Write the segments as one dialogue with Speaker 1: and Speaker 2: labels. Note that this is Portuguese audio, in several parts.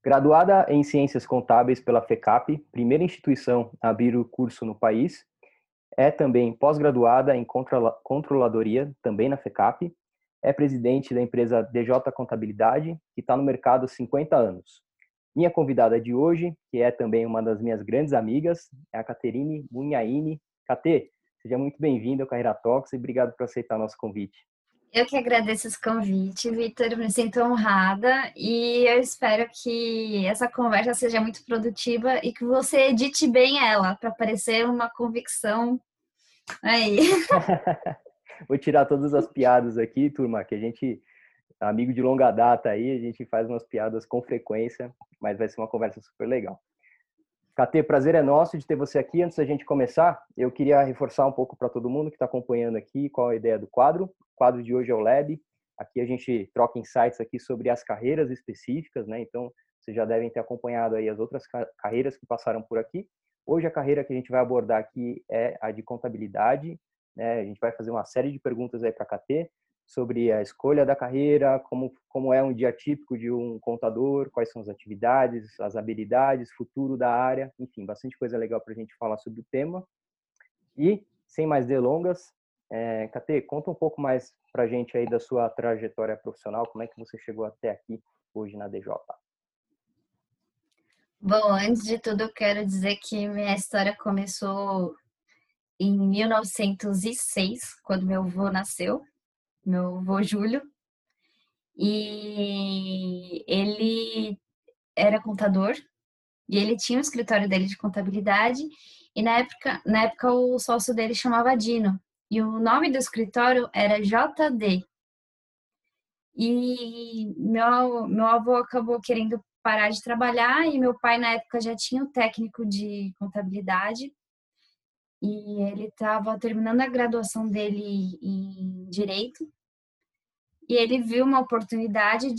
Speaker 1: Graduada em Ciências Contábeis pela FECAP, primeira instituição a abrir o curso no país, é também pós-graduada em Controladoria, também na FECAP, é presidente da empresa DJ Contabilidade, que está no mercado há 50 anos. Minha convidada de hoje, que é também uma das minhas grandes amigas, é a Caterine Munhaine. Catê, seja muito bem-vinda ao Carreira Talks e obrigado por aceitar nosso convite.
Speaker 2: Eu que agradeço esse convite, Vitor, me sinto honrada e eu espero que essa conversa seja muito produtiva e que você edite bem ela, para parecer uma convicção aí.
Speaker 1: Vou tirar todas as piadas aqui, turma, que a gente, amigo de longa data aí, a gente faz umas piadas com frequência, mas vai ser uma conversa super legal. Catê, prazer é nosso de ter você aqui. Antes da gente começar, eu queria reforçar um pouco para todo mundo que está acompanhando aqui qual a ideia do quadro. O quadro de hoje é o Lab. Aqui a gente troca insights aqui sobre as carreiras específicas, né? Então, vocês já devem ter acompanhado aí as outras carreiras que passaram por aqui. Hoje a carreira que a gente vai abordar aqui é a de contabilidade, né? A gente vai fazer uma série de perguntas aí para a Catê sobre a escolha da carreira, como é um dia típico de um contador, quais são as atividades, as habilidades, futuro da área, enfim, bastante coisa legal para a gente falar sobre o tema. E, sem mais delongas, Catê, conta um pouco mais para a gente aí da sua trajetória profissional, como é que você chegou até aqui hoje na DJ?
Speaker 2: Bom, antes de tudo, eu quero dizer que minha história começou em 1906, quando meu avô nasceu, meu avô Júlio, e ele era contador e ele tinha um escritório dele de contabilidade e na época o sócio dele chamava Dino e o nome do escritório era JD. E meu avô acabou querendo parar de trabalhar e meu pai na época já tinha o técnico de contabilidade e ele estava terminando a graduação dele em direito e ele viu uma oportunidade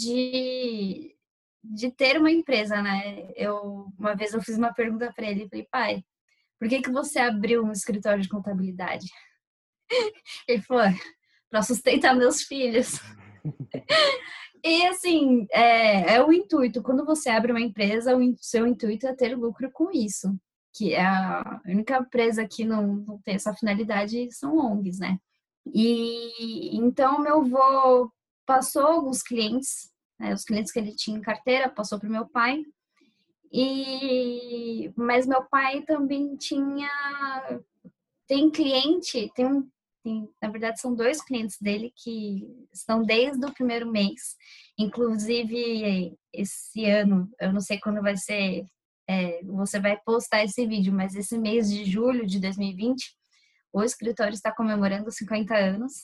Speaker 2: de ter uma empresa, né? Uma vez eu fiz uma pergunta para ele, falei, pai, por que que você abriu um escritório de contabilidade? Ele falou, para sustentar meus filhos. E assim, é o intuito. Quando você abre uma empresa, o seu intuito é ter lucro com isso. Que é a única empresa que não tem essa finalidade são ONGs, né? E então meu avô passou alguns clientes, né, os clientes que ele tinha em carteira, passou para o meu pai. Mas meu pai também tem cliente, na verdade são dois clientes dele que estão desde o primeiro mês. Inclusive esse ano, eu não sei quando vai ser, você vai postar esse vídeo, mas esse mês de julho de 2020, o escritório está comemorando 50 anos.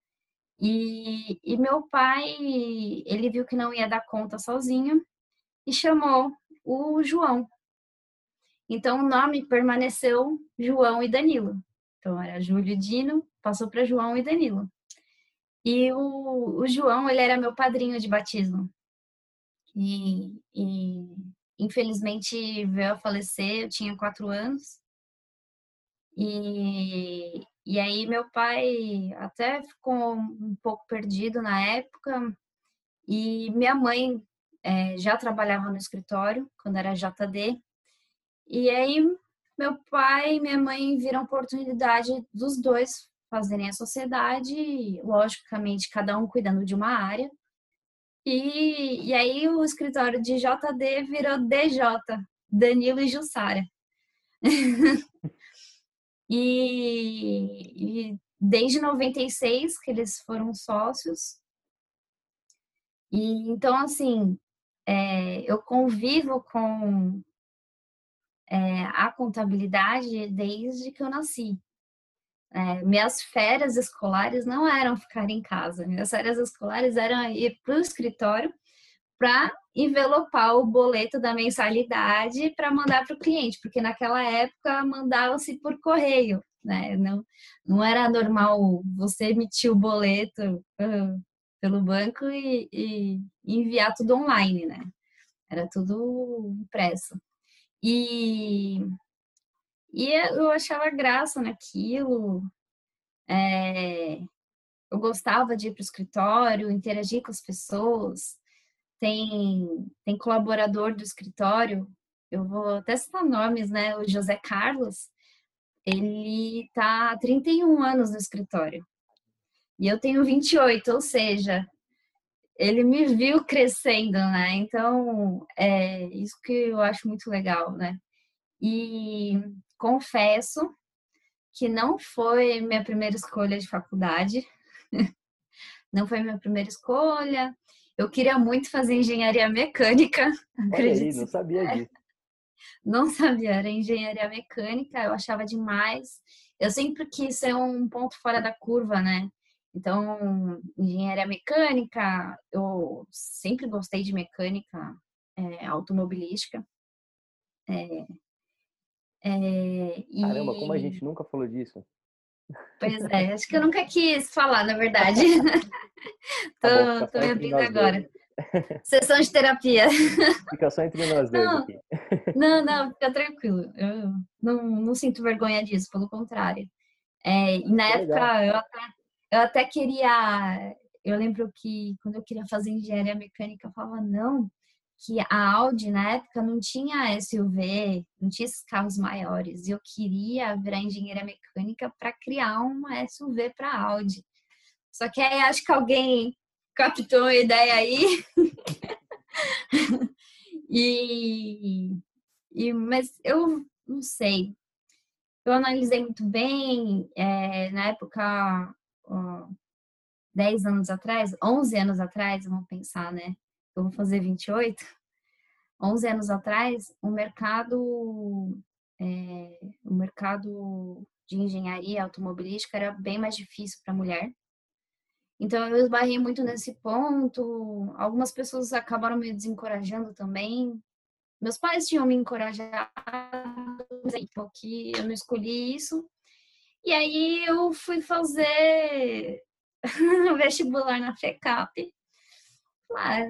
Speaker 2: E meu pai, ele viu que não ia dar conta sozinho e chamou o João. Então, o nome permaneceu João e Danilo. Então, era Júlio e Dino, passou para João e Danilo. E o João, ele era meu padrinho de batismo. E infelizmente veio a falecer, eu tinha 4 anos. E aí meu pai até ficou um pouco perdido na época. E minha mãe já trabalhava no escritório, quando era JD. E aí, meu pai e minha mãe viram a oportunidade dos dois fazerem a sociedade, logicamente, cada um cuidando de uma área. E aí, o escritório de JD virou DJ, Danilo e Jussara. E desde 96 que eles foram sócios. E então, assim, eu convivo com a contabilidade desde que eu nasci. Minhas férias escolares não eram ficar em casa, minhas férias escolares eram ir para o escritório para envelopar o boleto da mensalidade para mandar para o cliente, porque naquela época mandava-se por correio, né? Não era normal você emitir o boleto pelo banco e enviar tudo online, né? Era tudo impresso. E eu achava graça naquilo, eu gostava de ir para o escritório, interagir com as pessoas, tem colaborador do escritório, eu vou até citar nomes, né? O José Carlos, ele tá há 31 anos no escritório. E eu tenho 28, ou seja, ele me viu crescendo, né? Então, é isso que eu acho muito legal, né? E confesso que não foi minha primeira escolha de faculdade, não foi minha primeira escolha. Eu queria muito fazer engenharia mecânica,
Speaker 1: Olha aí,
Speaker 2: acredite
Speaker 1: não
Speaker 2: se
Speaker 1: sabia disso.
Speaker 2: não sabia, era engenharia mecânica, eu achava demais. Eu sempre quis ser um ponto fora da curva, né? Então, engenharia mecânica, eu sempre gostei de mecânica automobilística.
Speaker 1: Caramba, como a
Speaker 2: E,
Speaker 1: gente nunca falou disso.
Speaker 2: pois é, acho que eu nunca quis falar, na verdade.
Speaker 1: Tá bom, fica
Speaker 2: Tô
Speaker 1: só
Speaker 2: me
Speaker 1: entre
Speaker 2: abrindo
Speaker 1: nós dois.
Speaker 2: agora. Sessão de terapia.
Speaker 1: Fica só entre nós dois
Speaker 2: Não,
Speaker 1: aqui.
Speaker 2: não, fica tranquilo. Eu não sinto vergonha disso, pelo contrário. E na
Speaker 1: Que legal.
Speaker 2: época eu até queria. Eu lembro que quando eu queria fazer engenharia mecânica, eu falava não, que a Audi na época não tinha SUV, não tinha esses carros maiores. E eu queria virar engenharia mecânica para criar uma SUV para a Audi. Só que aí acho que alguém captou a ideia aí e, mas eu não sei. Eu analisei muito bem, na época, ó, 10 anos atrás, 11 anos atrás, vamos pensar, né? Eu vou fazer 28. 11 anos atrás, o mercado de engenharia automobilística era bem mais difícil para a mulher. Então, eu esbarrei muito nesse ponto. Algumas pessoas acabaram me desencorajando também. Meus pais tinham me encorajado, que eu não escolhi isso. E aí, eu fui fazer vestibular na FECAP. Ah,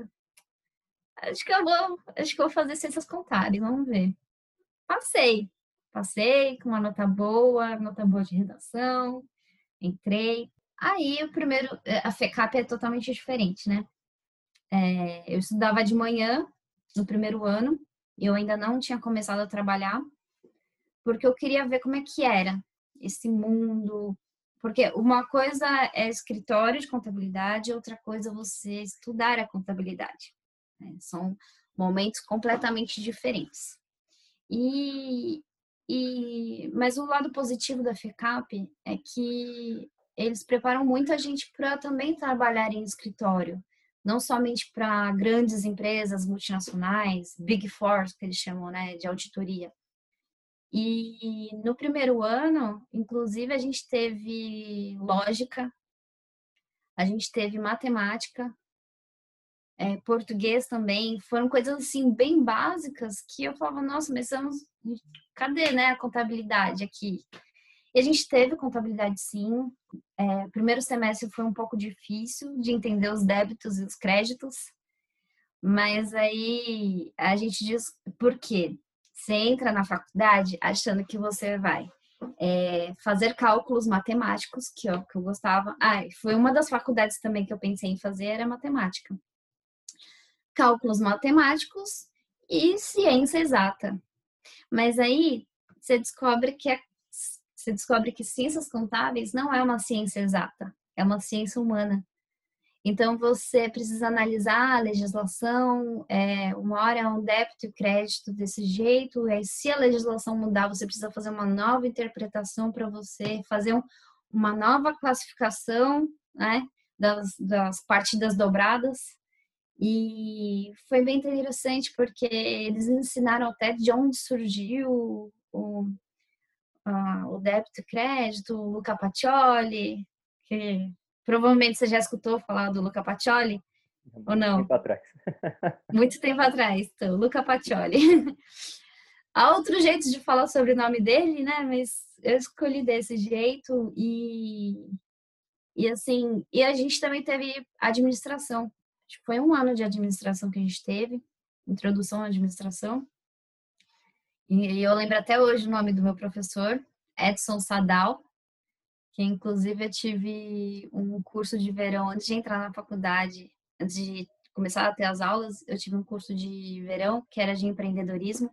Speaker 2: acho que eu vou fazer ciências contábeis, vamos ver. Passei. Passei com uma nota boa de redação, entrei. Aí, o primeiro, a FECAP é totalmente diferente, né? Eu estudava de manhã, no primeiro ano, e eu ainda não tinha começado a trabalhar, porque eu queria ver como é que era esse mundo. Porque uma coisa é escritório de contabilidade, outra coisa é você estudar a contabilidade, né? São momentos completamente diferentes. E, mas o lado positivo da FECAP é que eles preparam muita gente para também trabalhar em escritório, não somente para grandes empresas multinacionais, Big Four, que eles chamam, né, de auditoria. E no primeiro ano, inclusive, a gente teve lógica, a gente teve matemática, português também, foram coisas assim bem básicas que eu falava, nossa, mas cadê, né, a contabilidade aqui? E a gente teve contabilidade sim. O primeiro semestre foi um pouco difícil de entender os débitos e os créditos, mas aí a gente diz por quê? Você entra na faculdade achando que você vai fazer cálculos matemáticos, que é o que eu gostava. Foi uma das faculdades também que eu pensei em fazer, era matemática. Cálculos matemáticos e ciência exata. Mas aí você descobre que ciências contábeis não é uma ciência exata, é uma ciência humana. Então você precisa analisar a legislação, uma hora é um débito e crédito desse jeito, e se a legislação mudar, você precisa fazer uma nova interpretação para você fazer uma nova classificação, né, das partidas dobradas. E foi bem interessante porque eles ensinaram até de onde surgiu o débito e crédito, o Luca Pacioli, que provavelmente você já escutou falar do Luca Pacioli, ou
Speaker 1: Muito
Speaker 2: não?
Speaker 1: tempo atrás.
Speaker 2: Muito tempo atrás, então, Luca Pacioli. Há outros jeitos de falar sobre o nome dele, né? Mas eu escolhi desse jeito e assim, e a gente também teve administração. Acho que foi um ano de administração que a gente teve, introdução à administração. E eu lembro até hoje o nome do meu professor, Edson Sadal, que inclusive eu tive um curso de verão antes de entrar na faculdade, antes de começar a ter as aulas, eu tive um curso de verão que era de empreendedorismo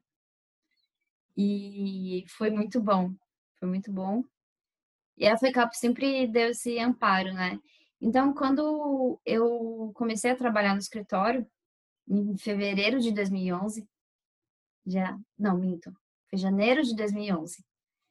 Speaker 2: e foi muito bom. Foi muito bom. E a FECAP sempre deu esse amparo, né? Então, quando eu comecei a trabalhar no escritório, em fevereiro de 2011, já, não, minto, foi janeiro de 2011,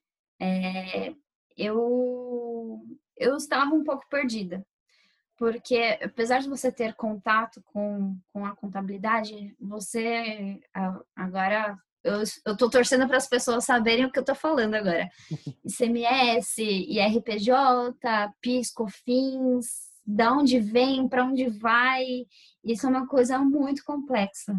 Speaker 2: eu estava um pouco perdida, porque apesar de você ter contato com a contabilidade, você agora eu tô torcendo para as pessoas saberem o que eu tô falando agora. ICMS, IRPJ, PIS, COFINS, da onde vem, para onde vai, isso é uma coisa muito complexa.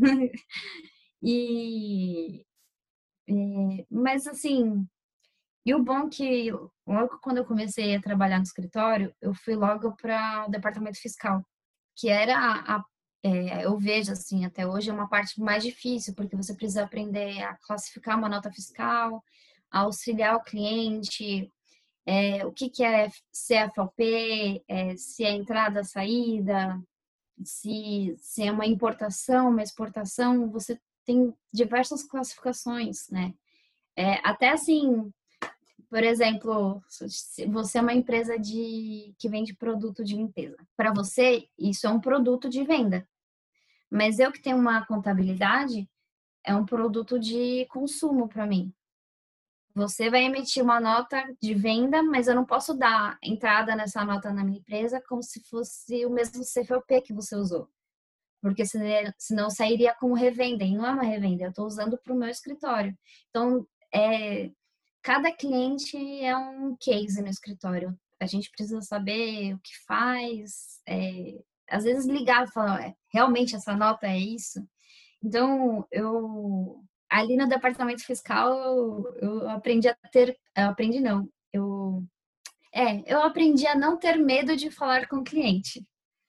Speaker 2: E, mas assim, e o bom é que logo quando eu comecei a trabalhar no escritório, eu fui logo para o departamento fiscal, que era eu vejo assim até hoje é uma parte mais difícil, porque você precisa aprender a classificar uma nota fiscal, a auxiliar o cliente, o que que é CFOP, se é entrada, saída, se é uma importação, uma exportação, você tem diversas classificações, né? Até assim, por exemplo, se você é uma empresa que vende produto de limpeza. Para você, isso é um produto de venda. Mas eu que tenho uma contabilidade, é um produto de consumo para mim. Você vai emitir uma nota de venda, mas eu não posso dar entrada nessa nota na minha empresa como se fosse o mesmo CFOP que você usou. Porque senão sairia como revenda, e não é uma revenda, eu estou usando para o meu escritório. Então, cada cliente é um case no escritório. A gente precisa saber o que faz, às vezes ligar e falar, realmente essa nota é isso? Então, ali no departamento fiscal, eu aprendi a ter, eu aprendi não, eu aprendi a não ter medo de falar com o cliente.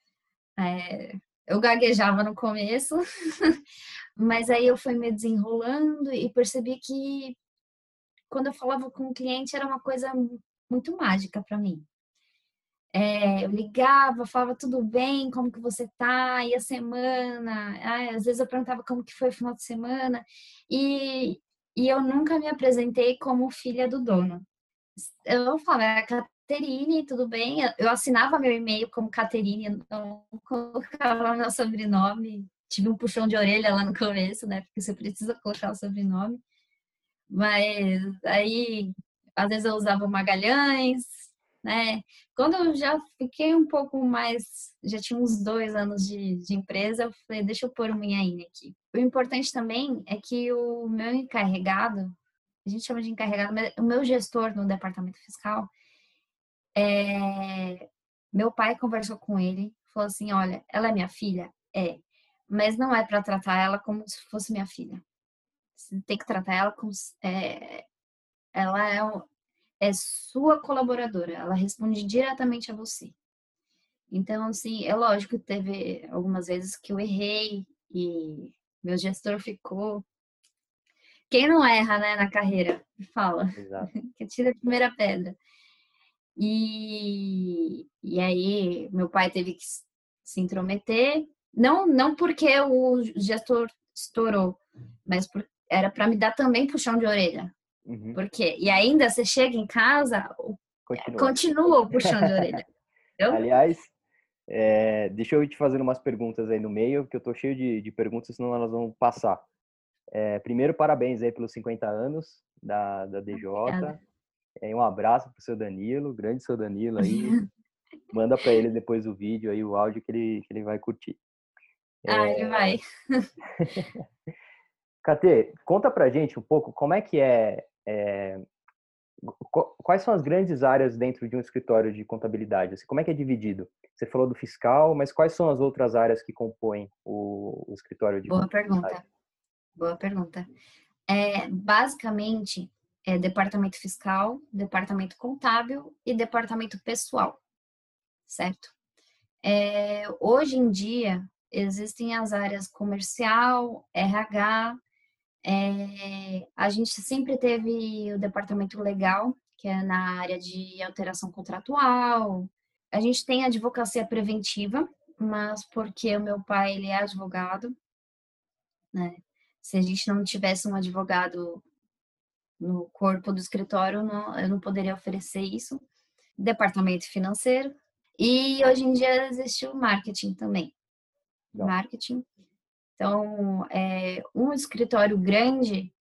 Speaker 2: Eu gaguejava no começo, mas aí eu fui me desenrolando e percebi que quando eu falava com o cliente era uma coisa muito mágica para mim. Eu ligava, falava tudo bem, como que você tá, e a semana, às vezes eu perguntava como que foi o final de semana, e, e eu nunca me apresentei como filha do dono. Eu falava, é a Caterine, tudo bem? Eu assinava meu e-mail como Caterine, não colocava meu sobrenome. Tive um puxão de orelha lá no começo, né? Porque você precisa colocar o sobrenome. Mas aí, às vezes eu usava o Magalhães, né? Quando eu já fiquei um pouco mais, já tinha uns 2 anos de empresa, eu falei, deixa eu pôr o Munhaine aqui. O importante também é que o meu encarregado, a gente chama de encarregado, mas o meu gestor no departamento fiscal, meu pai conversou com ele, falou assim, olha, ela é minha filha? Mas não é para tratar ela como se fosse minha filha. Você tem que tratar ela como ela é sua colaboradora, ela responde diretamente a você. Então, assim, é lógico que teve algumas vezes que eu errei e meu gestor ficou. Quem não erra, né, na carreira? Fala,
Speaker 1: Exato.
Speaker 2: que tira a primeira pedra. E aí, meu pai teve que se intrometer, não porque o gestor estourou, mas era para me dar também puxão de orelha.
Speaker 1: Uhum.
Speaker 2: Porque, e ainda você chega em casa,
Speaker 1: Continua.
Speaker 2: continua o puxão de orelha. Entendeu?
Speaker 1: Aliás, deixa eu te fazer umas perguntas aí no meio, que eu tô cheio de perguntas, senão elas vão passar. Primeiro, parabéns aí pelos 50 anos da DJ.
Speaker 2: Obrigada.
Speaker 1: Um abraço pro seu Danilo, grande seu Danilo aí. Manda para ele depois o vídeo aí, o áudio que ele vai curtir.
Speaker 2: Ele vai.
Speaker 1: Catê, conta pra gente um pouco como é que quais são as grandes áreas dentro de um escritório de contabilidade? Assim, como é que é dividido? Você falou do fiscal, mas quais são as outras áreas que compõem o escritório de
Speaker 2: Boa
Speaker 1: contabilidade?
Speaker 2: pergunta. Boa pergunta. Basicamente, departamento fiscal, departamento contábil e departamento pessoal, certo? Hoje em dia, existem as áreas comercial, RH, a gente sempre teve o departamento legal, que é na área de alteração contratual. A gente tem a advocacia preventiva, mas porque o meu pai, ele é advogado, né? Se a gente não tivesse um advogado no corpo do escritório, eu não poderia oferecer isso. Departamento financeiro. E hoje em dia existe o marketing também.
Speaker 1: Legal.
Speaker 2: Marketing. Então, um escritório grande,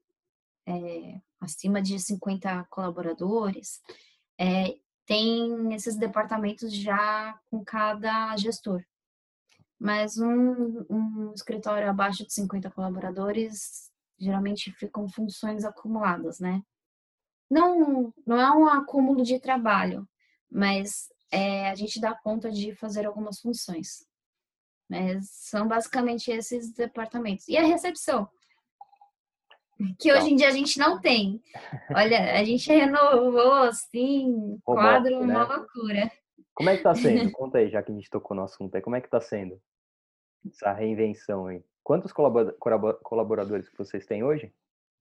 Speaker 2: acima de 50 colaboradores, tem esses departamentos já com cada gestor. Mas um escritório abaixo de 50 colaboradores, geralmente ficam funções acumuladas, né? Não é um acúmulo de trabalho, mas a gente dá conta de fazer algumas funções. Mas são basicamente esses departamentos. E a recepção, que hoje
Speaker 1: Legal.
Speaker 2: em dia a gente não tem. Olha, a gente renovou, assim,
Speaker 1: Home
Speaker 2: quadro,
Speaker 1: office,
Speaker 2: uma
Speaker 1: né?
Speaker 2: loucura.
Speaker 1: Como é que tá sendo? Conta aí, já que a gente tocou no assunto aí. Como é que tá sendo essa reinvenção aí? Quantos colaboradores que vocês têm hoje?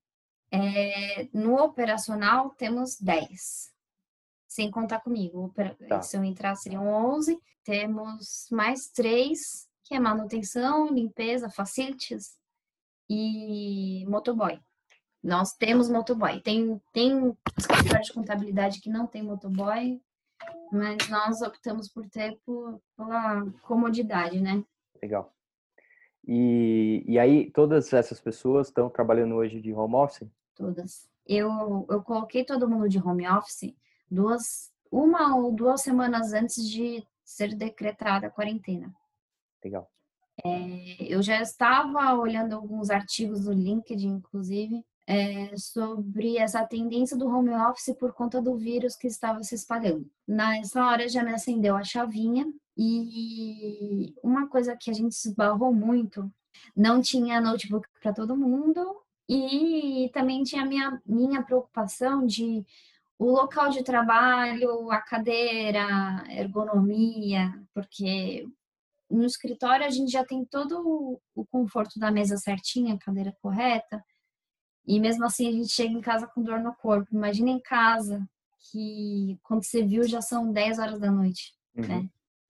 Speaker 2: No operacional, temos 10, sem contar comigo.
Speaker 1: Tá,
Speaker 2: Se eu entrar, seriam 11. Temos mais 3, que é manutenção, limpeza, facilities e motoboy. Nós temos motoboy. Tem escritório de contabilidade que não tem motoboy, mas nós optamos por ter pela comodidade, né?
Speaker 1: legal. E aí, todas essas pessoas estão trabalhando hoje de home office?
Speaker 2: Todas. Eu coloquei todo mundo de home office uma ou 2 semanas antes de ser decretada a quarentena.
Speaker 1: Legal.
Speaker 2: Eu já estava olhando alguns artigos do LinkedIn, inclusive, sobre essa tendência do home office por conta do vírus que estava se espalhando. Nessa hora já me acendeu a chavinha e uma coisa que a gente se esbarrou muito, não tinha notebook para todo mundo e também tinha a minha preocupação de o local de trabalho, a cadeira, ergonomia, porque no escritório a gente já tem todo o conforto da mesa certinha, a cadeira correta, e mesmo assim a gente chega em casa com dor no corpo. Imagina em casa, que quando você viu já são 10 horas da noite,
Speaker 1: Uhum.
Speaker 2: né?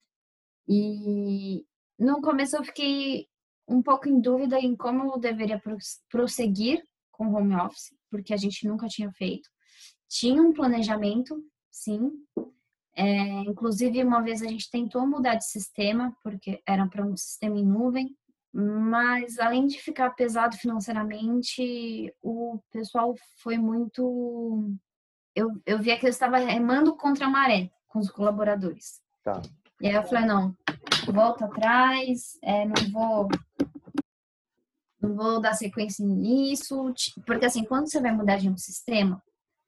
Speaker 2: E no começo eu fiquei um pouco em dúvida em como eu deveria prosseguir com o home office, porque a gente nunca tinha feito. Tinha um planejamento, sim. Inclusive, uma vez a gente tentou mudar de sistema, porque era para um sistema em nuvem, mas além de ficar pesado financeiramente, o pessoal foi muito. Eu via que eu estava remando contra a maré com os colaboradores.
Speaker 1: Tá.
Speaker 2: E aí eu falei: não, volta atrás, não vou dar sequência nisso, porque assim, quando você vai mudar de um sistema,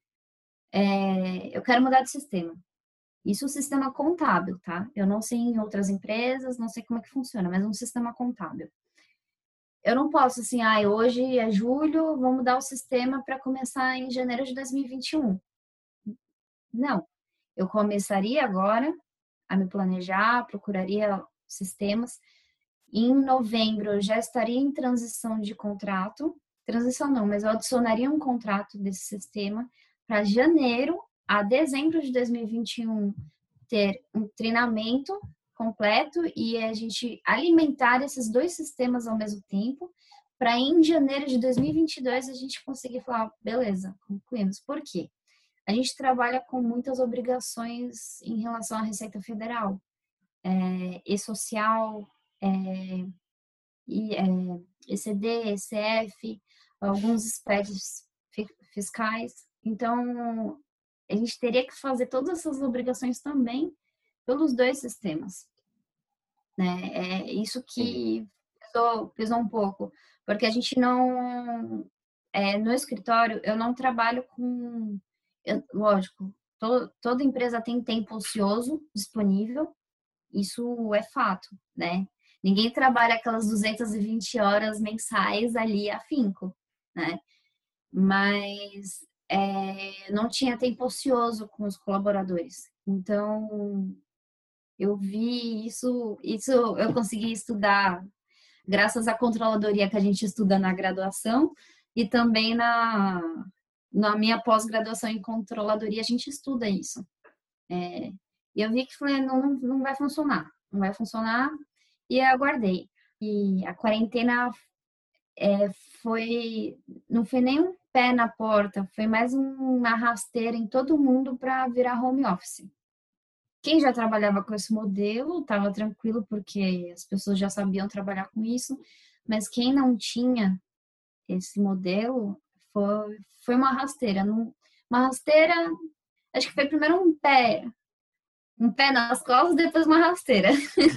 Speaker 2: eu quero mudar de sistema. Isso é um sistema contábil, tá? Eu não sei em outras empresas, não sei como é que funciona, mas é um sistema contábil. Eu não posso, assim, hoje é julho, vamos mudar o sistema para começar em janeiro de 2021. Não. Eu começaria agora a me planejar, procuraria sistemas. Em novembro, eu já estaria em transição de contrato. Transição não, mas eu adicionaria um contrato desse sistema para janeiro a dezembro de 2021 ter um treinamento completo e a gente alimentar esses dois sistemas ao mesmo tempo, para em janeiro de 2022 a gente conseguir falar, beleza, concluímos. Por quê? A gente trabalha com muitas obrigações em relação à Receita Federal, e-social, é, e, ECD, ECF, alguns SPEDs fiscais. Então, a gente teria que fazer todas essas obrigações também pelos dois sistemas, né? É isso
Speaker 1: Entendi.
Speaker 2: que pesou um pouco, porque a gente não, no escritório, eu não trabalho com, lógico, toda empresa tem tempo ocioso disponível, isso é fato, né? Ninguém trabalha aquelas 220 horas mensais ali afinco, né? Mas não tinha tempo ocioso com os colaboradores. Então, eu vi isso eu consegui estudar graças à controladoria que a gente estuda na graduação e também na minha pós-graduação em controladoria a gente estuda isso. E eu vi que falei, não vai funcionar. não vai funcionar. E eu aguardei. E a quarentena foi, não foi nem um pé na porta, foi mais uma rasteira em todo mundo para virar home office. Quem já trabalhava com esse modelo estava tranquilo, porque as pessoas já sabiam trabalhar com isso, mas quem não tinha esse modelo foi uma rasteira. Uma rasteira, acho que foi primeiro um pé nas costas, depois uma rasteira.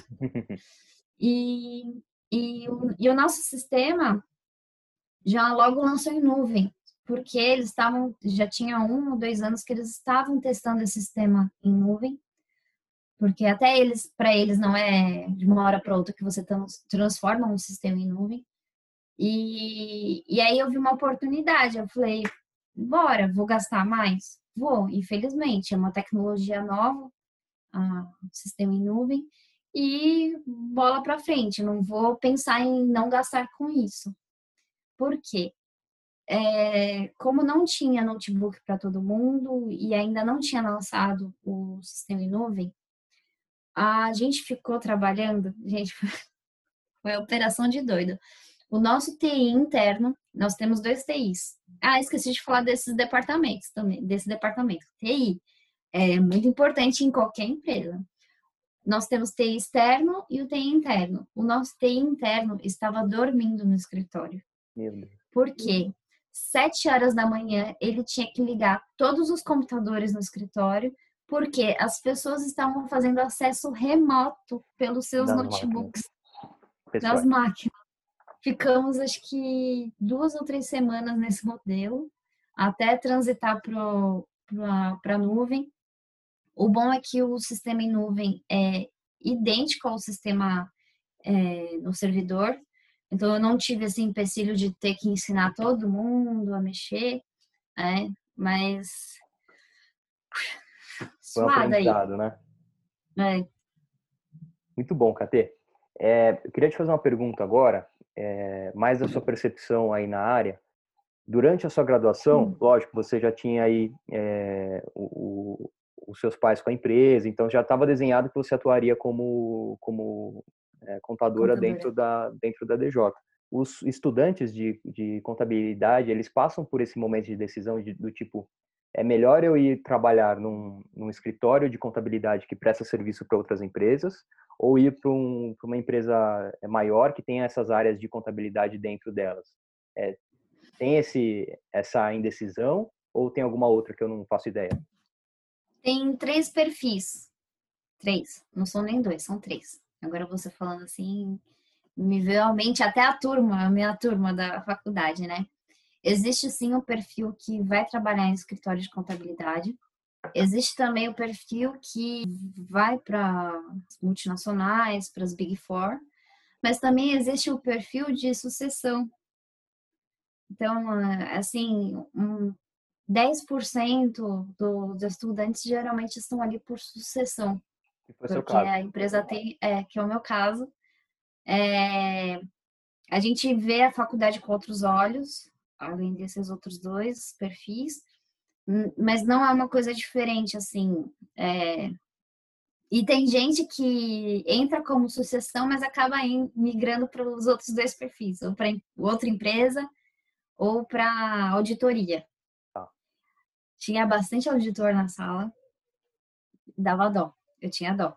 Speaker 2: E, e o nosso sistema já logo lançou em nuvem, porque eles já tinha 1 ou 2 anos que eles estavam testando esse sistema em nuvem, porque até para eles não é de uma hora para outra que você transforma um sistema em nuvem. E aí eu vi uma oportunidade, eu falei, bora, vou gastar mais? Vou, infelizmente, é uma tecnologia nova, sistema em nuvem, e bola para frente, não vou pensar em não gastar com isso. Por quê? Como não tinha notebook para todo mundo e ainda não tinha lançado o sistema em nuvem, a gente ficou trabalhando, gente, foi a operação de doido. O nosso TI interno, nós temos 2 TIs. Esqueci de falar desses departamentos também, desse departamento. TI é muito importante em qualquer empresa. Nós temos TI externo e o TI interno. O nosso TI interno estava dormindo no escritório.
Speaker 1: Meu Deus.
Speaker 2: Por quê? 7 horas da manhã, ele tinha que ligar todos os computadores no escritório, porque as pessoas estavam fazendo acesso remoto pelos seus
Speaker 1: Das máquinas.
Speaker 2: notebooks, das
Speaker 1: Pessoal.
Speaker 2: máquinas. Ficamos, acho que 2 ou 3 semanas nesse modelo, até transitar para a nuvem. O bom é que o sistema em nuvem é idêntico ao sistema no servidor, então eu não tive esse empecilho de ter que ensinar todo mundo a mexer, mas
Speaker 1: Foi um
Speaker 2: suada aí.
Speaker 1: aprendizado, né?
Speaker 2: É.
Speaker 1: Muito bom, Catê. Eu queria te fazer uma pergunta agora, mais da sua percepção aí na área. Durante a sua graduação, lógico, você já tinha aí os seus pais com a empresa, então já estava desenhado que você atuaria como contadora
Speaker 2: Contadora.
Speaker 1: dentro da DJ. Os estudantes de contabilidade, eles passam por esse momento de decisão do tipo, é melhor eu ir trabalhar num escritório de contabilidade que presta serviço para outras empresas, ou ir para uma empresa maior que tenha essas áreas de contabilidade dentro delas? Tem essa indecisão ou tem alguma outra que eu não faço ideia?
Speaker 2: Tem 3 perfis. 3, não são nem 2, são 3. Agora você falando assim, me veio à mente até a minha turma da faculdade, né? Existe sim um perfil que vai trabalhar em escritório de contabilidade. Existe também o perfil que vai para multinacionais, para as Big Four, mas também existe o perfil de sucessão. Então, assim, 10% dos estudantes geralmente estão ali por sucessão,
Speaker 1: Que foi o seu
Speaker 2: porque
Speaker 1: caso?
Speaker 2: a empresa tem, que é o meu caso, a gente vê a faculdade com outros olhos, além desses outros 2 perfis, mas não é uma coisa diferente, assim. E tem gente que entra como sucessão, mas acaba migrando para os outros 2 perfis, ou para outra empresa, ou para auditoria.
Speaker 1: Tá.
Speaker 2: Tinha bastante auditor na sala, dava dó, eu tinha dó.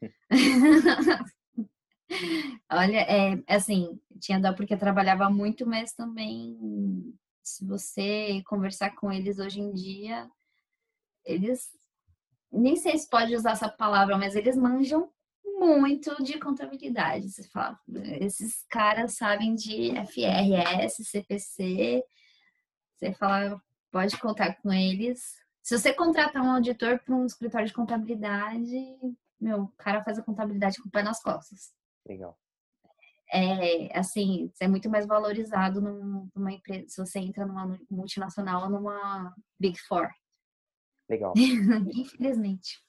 Speaker 2: Olha, assim, tinha dó porque eu trabalhava muito, mas também, se você conversar com eles hoje em dia, eles, nem sei se pode usar essa palavra, mas eles manjam muito de contabilidade. Você fala, esses caras sabem de FRS, CPC, você fala, pode contar com eles. Se você contratar um auditor para um escritório de contabilidade, o cara faz a contabilidade com o pé nas costas.
Speaker 1: Legal.
Speaker 2: Assim, é muito mais valorizado numa empresa, se você entra numa multinacional ou numa Big Four.
Speaker 1: Legal.
Speaker 2: Infelizmente.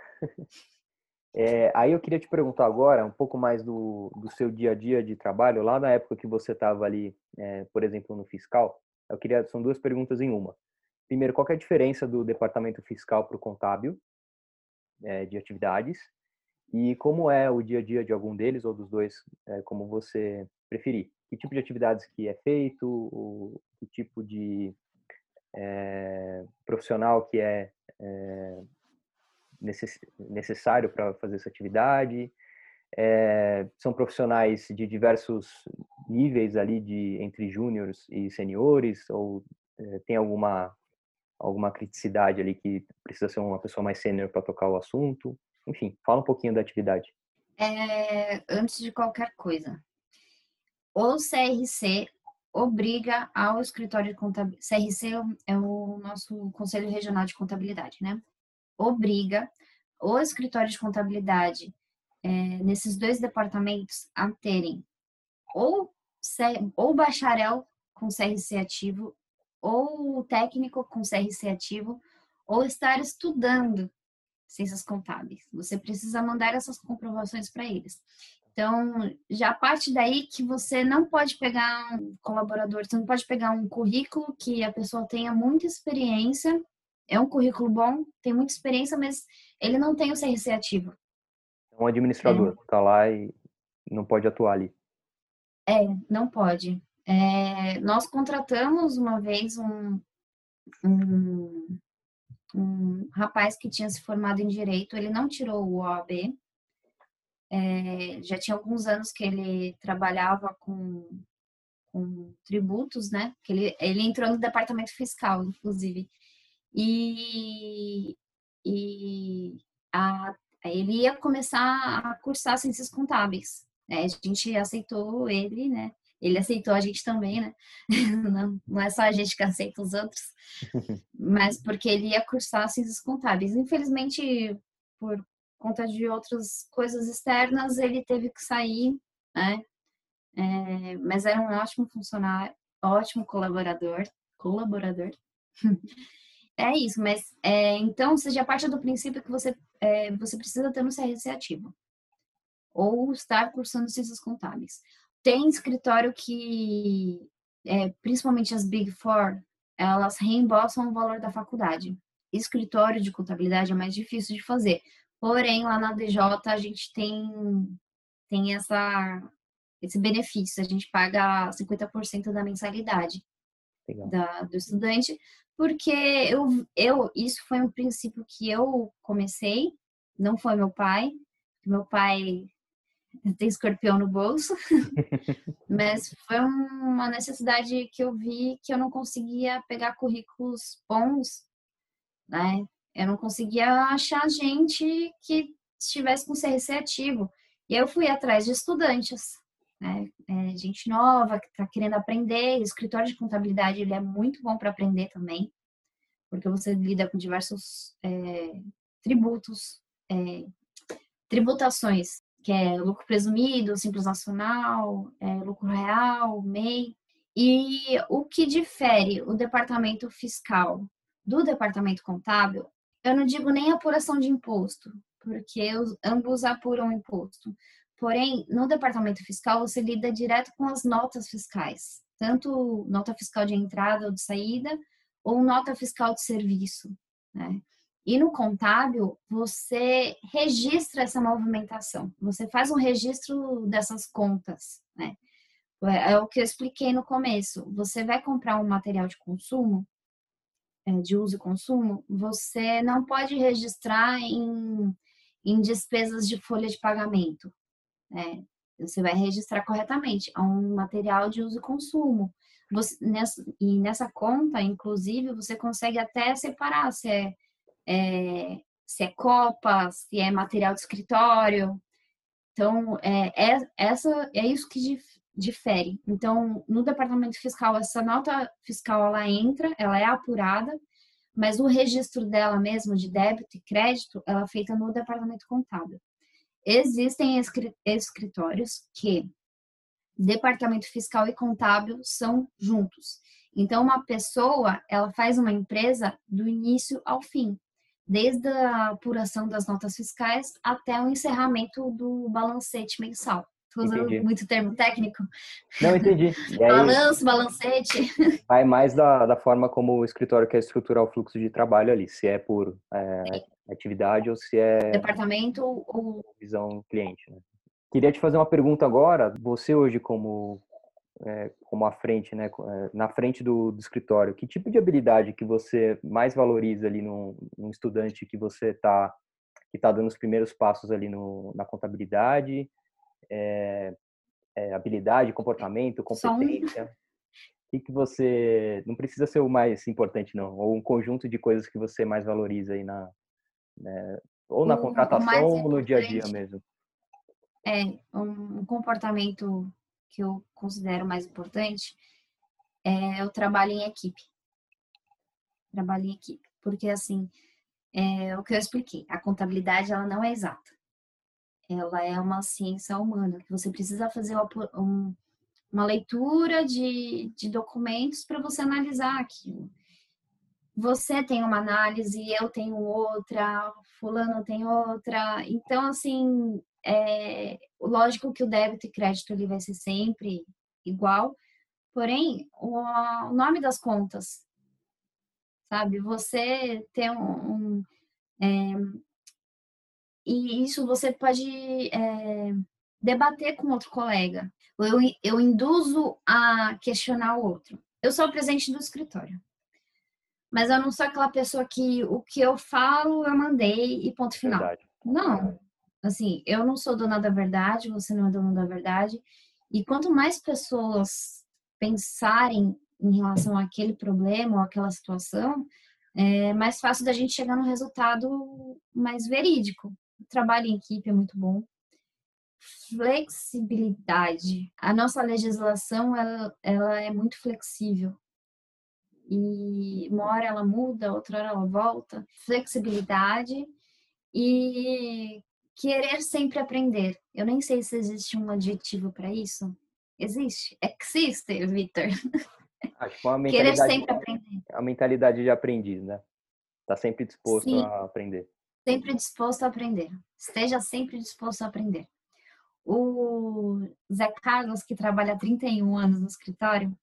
Speaker 1: Aí eu queria te perguntar agora um pouco mais do seu dia a dia de trabalho, lá na época que você estava ali, por exemplo, no fiscal. São 2 perguntas em uma. Primeiro, qual que é a diferença do departamento fiscal para o contábil, de atividades? E como é o dia a dia de algum deles ou dos dois, como você preferir? Que tipo de atividades que é feito, que tipo de profissional que é necessário para fazer essa atividade? São profissionais de diversos níveis ali, entre júniores e seniores, ou tem alguma criticidade ali que precisa ser uma pessoa mais sênior para tocar o assunto? Enfim, fala um pouquinho da atividade.
Speaker 2: Antes de qualquer coisa, o CRC obriga ao escritório de contabilidade. CRC é o nosso Conselho Regional de Contabilidade, né? Obriga o escritório de contabilidade nesses dois departamentos a terem ou bacharel com CRC ativo, ou técnico com CRC ativo, ou estar estudando ciências contábeis. Você precisa mandar essas comprovações para eles. Então, já parte daí que você não pode pegar um colaborador, você não pode pegar um currículo que a pessoa tenha muita experiência, é um currículo bom, tem muita experiência, mas ele não tem o CRC ativo.
Speaker 1: Um administrador está lá e não pode atuar ali.
Speaker 2: Não pode. Nós contratamos uma vez um rapaz que tinha se formado em Direito, ele não tirou o OAB, já tinha alguns anos que ele trabalhava com tributos, né? Que ele entrou no departamento fiscal, inclusive. E, e ele ia começar a cursar ciências contábeis. Né? A gente aceitou ele, né? Ele aceitou a gente também, né? Não é só a gente que aceita os outros, mas porque ele ia cursar ciências contábeis. Infelizmente, por conta de outras coisas externas, ele teve que sair, né? Mas era um ótimo funcionário, ótimo colaborador. É isso, mas então você já parte do princípio que você precisa ter um CRC ativo ou estar cursando ciências contábeis. Tem escritório que, principalmente as Big Four, elas reembolsam o valor da faculdade. Escritório de contabilidade é mais difícil de fazer. Porém, lá na DJ a gente tem esse benefício, a gente paga 50% da mensalidade do estudante, porque isso foi um princípio que eu comecei, não foi meu pai tem escorpião no bolso, mas foi uma necessidade que eu vi que eu não conseguia pegar currículos bons, né? Eu não conseguia achar gente que estivesse com CRC ativo. E eu fui atrás de estudantes, né? Gente nova que está querendo aprender. O escritório de contabilidade ele é muito bom para aprender também, porque você lida com diversos tributos, tributações, que é lucro presumido, simples nacional, lucro real, MEI. E o que difere o departamento fiscal do departamento contábil, eu não digo nem apuração de imposto, porque ambos apuram imposto. Porém, no departamento fiscal, você lida direto com as notas fiscais, tanto nota fiscal de entrada ou de saída, ou nota fiscal de serviço, né? E no contábil, você registra essa movimentação, você faz um registro dessas contas, né? É o que eu expliquei no começo. Você vai comprar um material de consumo, de uso e consumo, você não pode registrar em despesas de folha de pagamento, né? Você vai registrar corretamente. É um material de uso e consumo. Nessa conta, inclusive, você consegue até separar se é copa, se é material de escritório. Então, é isso que difere. Então, no departamento fiscal, essa nota fiscal, ela entra, ela é apurada, mas o registro dela mesmo, de débito e crédito, ela é feita no departamento contábil. Existem escritórios que departamento fiscal e contábil são juntos. Então, uma pessoa, ela faz uma empresa do início ao fim, desde a apuração das notas fiscais até o encerramento do balancete mensal. Estou usando muito termo técnico.
Speaker 1: Não, entendi. E aí,
Speaker 2: balanço, balancete.
Speaker 1: Vai mais da forma como o escritório quer estruturar o fluxo de trabalho ali. Se é por atividade ou se é
Speaker 2: departamento ou...
Speaker 1: visão cliente, né? Queria te fazer uma pergunta agora. Você hoje como à frente, né, na frente do escritório, que tipo de habilidade que você mais valoriza ali num estudante que você que tá dando os primeiros passos ali na contabilidade? Habilidade, comportamento,
Speaker 2: Só um.
Speaker 1: competência? O que você... Não precisa ser o mais importante, não. Ou um conjunto de coisas que você mais valoriza aí ou na
Speaker 2: O
Speaker 1: contratação
Speaker 2: mais
Speaker 1: ou no dia a dia
Speaker 2: importante
Speaker 1: mesmo.
Speaker 2: é um comportamento que eu considero mais importante é o trabalho em equipe. Trabalho em equipe. Porque, assim, é o que eu expliquei. A contabilidade, ela não é exata. Ela é uma ciência humana, que você precisa fazer uma leitura de documentos para você analisar aquilo. Você tem uma análise, eu tenho outra, fulano tem outra. Então, assim, lógico que o débito e crédito ele vai ser sempre igual, porém, o nome das contas, sabe? Você tem e isso você pode debater com outro colega. Eu induzo a questionar o outro. Eu sou a presidente do escritório, mas eu não sou aquela pessoa que o que eu falo eu mandei e ponto final.
Speaker 1: Verdade.
Speaker 2: Não, assim, eu não sou dona da verdade, você não é dona da verdade. E quanto mais pessoas pensarem em relação àquele problema ou àquela situação, é mais fácil da gente chegar num resultado mais verídico. O trabalho em equipe é muito bom. Flexibilidade. A nossa legislação, ela é muito flexível. E uma hora ela muda, outra hora ela volta. Flexibilidade e querer sempre aprender. Eu nem sei se existe um adjetivo para isso. Existe? Existe, Victor.
Speaker 1: Acho que é
Speaker 2: Querer sempre aprender.
Speaker 1: a mentalidade de aprendiz, né? Tá sempre disposto
Speaker 2: Sim,
Speaker 1: a aprender.
Speaker 2: sempre disposto a aprender. Esteja sempre disposto a aprender. O Zé Carlos, que trabalha há 31 anos no escritório,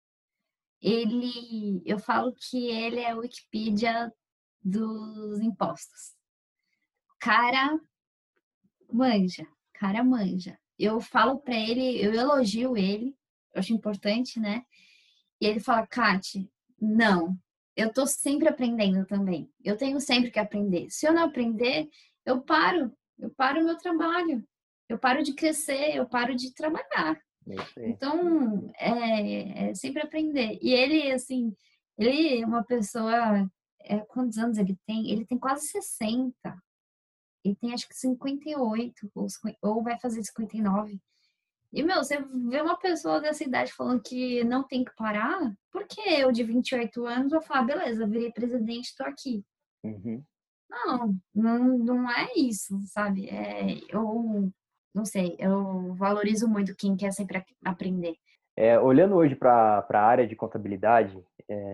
Speaker 2: eu falo que ele é a Wikipedia dos impostos. Cara manja, cara manja. Eu falo para ele, eu elogio ele, eu acho importante, né? E ele fala, Kati, não, eu tô sempre aprendendo também. Eu tenho sempre que aprender. Se eu não aprender, eu paro o meu trabalho, eu paro de crescer, eu paro de trabalhar.
Speaker 1: É isso aí.
Speaker 2: Então, é sempre aprender. E ele, assim, ele é uma pessoa, quantos anos ele tem? Ele tem quase 60. Ele tem acho que 58, ou vai fazer 59. E, meu, você vê uma pessoa dessa idade falando que não tem que parar, por que eu, de 28 anos, vou falar, beleza, virei presidente, tô aqui.
Speaker 1: Uhum.
Speaker 2: Não é isso, sabe? Eu não sei, eu valorizo muito quem quer sempre aprender.
Speaker 1: Olhando hoje para a área de contabilidade,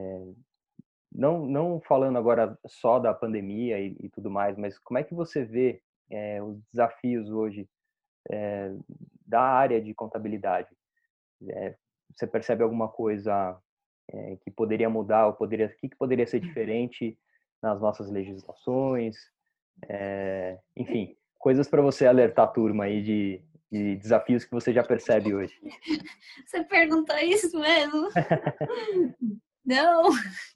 Speaker 1: não falando agora só da pandemia e tudo mais, mas como é que você vê os desafios hoje da área de contabilidade? Você percebe alguma coisa que poderia mudar, ou que poderia ser diferente nas nossas legislações? Enfim, coisas para você alertar a turma aí de desafios que você já percebe hoje.
Speaker 2: Você perguntou isso mesmo? Não!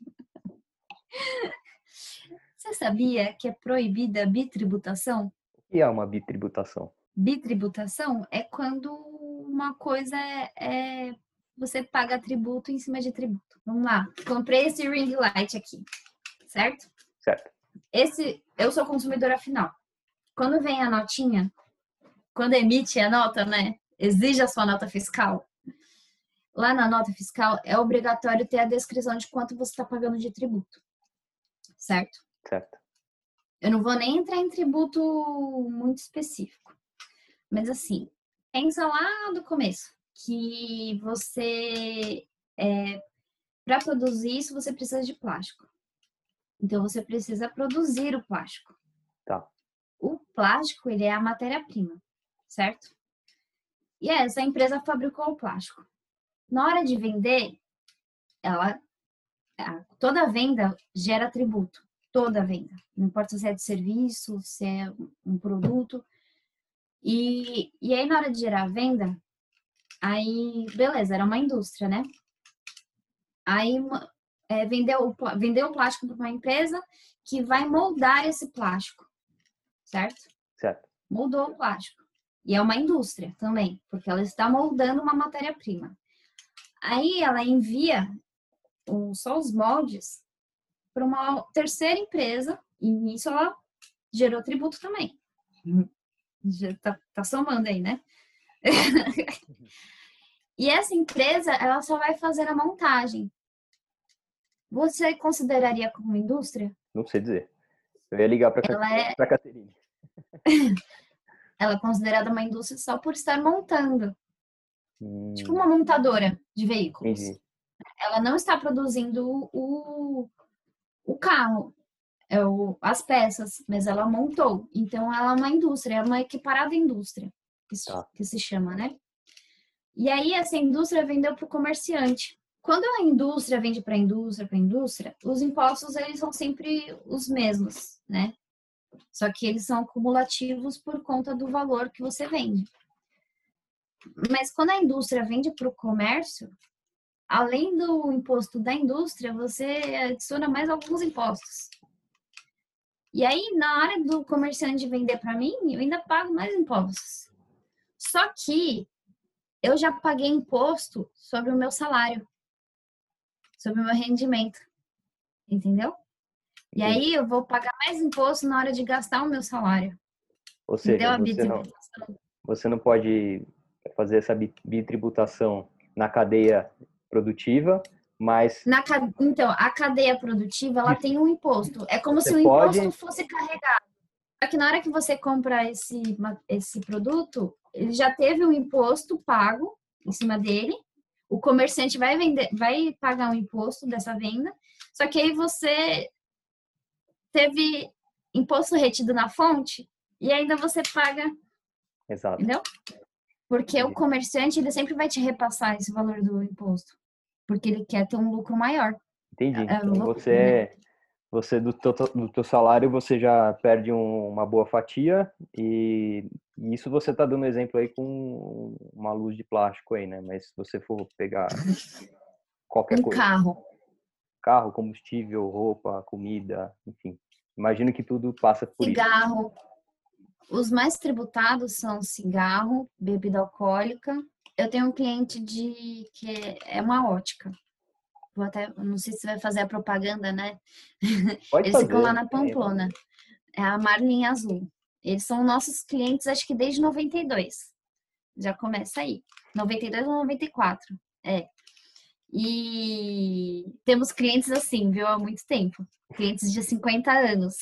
Speaker 2: Você sabia que é proibida a bitributação?
Speaker 1: O que é uma bitributação?
Speaker 2: Bitributação é quando uma coisa você paga tributo em cima de tributo. Vamos lá. Comprei esse ring light aqui, certo?
Speaker 1: Certo.
Speaker 2: Eu sou consumidora final. Quando vem a notinha, quando emite a nota, né? Exige a sua nota fiscal. Lá na nota fiscal é obrigatório ter a descrição de quanto você está pagando de tributo, certo?
Speaker 1: Certo.
Speaker 2: Eu não vou nem entrar em tributo muito específico. Mas assim, pensa lá do começo, que para produzir isso, você precisa de plástico. Então, você precisa produzir o plástico.
Speaker 1: Tá.
Speaker 2: O plástico, ele é a matéria-prima, certo? E essa empresa fabricou o plástico. Na hora de vender, toda venda gera tributo. toda a venda. Não importa se é de serviço, se é um produto. E aí, na hora de gerar a venda, aí, beleza, era uma indústria, né? Aí, vendeu o plástico para uma empresa que vai moldar esse plástico, certo?
Speaker 1: Certo.
Speaker 2: Moldou o plástico. E é uma indústria também, porque ela está moldando uma matéria-prima. Aí, ela envia só os moldes para uma terceira empresa, e nisso ela gerou tributo também. Já tá somando aí, né? E essa empresa, ela só vai fazer a montagem. Você consideraria como indústria?
Speaker 1: Não sei dizer. Eu ia ligar para a Caterine.
Speaker 2: Ela é considerada uma indústria só por estar montando. Tipo uma montadora de veículos.
Speaker 1: Entendi.
Speaker 2: Ela não está produzindo o carro, as peças, mas ela montou. Então, ela é uma indústria, é uma equiparada indústria, que se chama, né? E aí, essa indústria vendeu para o comerciante. Quando a indústria vende para a indústria, os impostos, eles são sempre os mesmos, né? Só que eles são acumulativos por conta do valor que você vende. Mas quando a indústria vende para o comércio, além do imposto da indústria, você adiciona mais alguns impostos. E aí, na hora do comerciante vender para mim, eu ainda pago mais impostos. Só que eu já paguei imposto sobre o meu salário, sobre o meu rendimento, entendeu? E aí eu vou pagar mais imposto na hora de gastar o meu salário.
Speaker 1: Ou seja,
Speaker 2: Entendeu? A bitributação.
Speaker 1: você não pode fazer essa bitributação na cadeia produtiva, mas...
Speaker 2: Então, a cadeia produtiva, ela tem um imposto. É como se o imposto fosse carregado. Só que na hora que você compra esse produto, ele já teve um imposto pago em cima dele. O comerciante vai pagar um imposto dessa venda. Só que aí você teve imposto retido na fonte e ainda você paga.
Speaker 1: Exato.
Speaker 2: Entendeu? Porque o comerciante, ele sempre vai te repassar esse valor do imposto. Porque ele quer ter um lucro maior.
Speaker 1: Entendi. Então, você do teu salário, você já perde uma boa fatia e isso você está dando exemplo aí com uma luz de plástico aí, né? Mas se você for pegar qualquer coisa. Carro, combustível, roupa, comida, enfim. Imagino que tudo passa por
Speaker 2: cigarro. Os mais tributados são cigarro, bebida alcoólica. Eu tenho um cliente que é uma ótica. Não sei se vai fazer a propaganda, né?
Speaker 1: Pode
Speaker 2: Eles
Speaker 1: fazer,
Speaker 2: ficam lá na Pamplona. É a Marlin Azul. Eles são nossos clientes, acho que desde 92. Já começa aí. 92 ou 94. É. E temos clientes assim, viu? Há muito tempo. Clientes de 50 anos.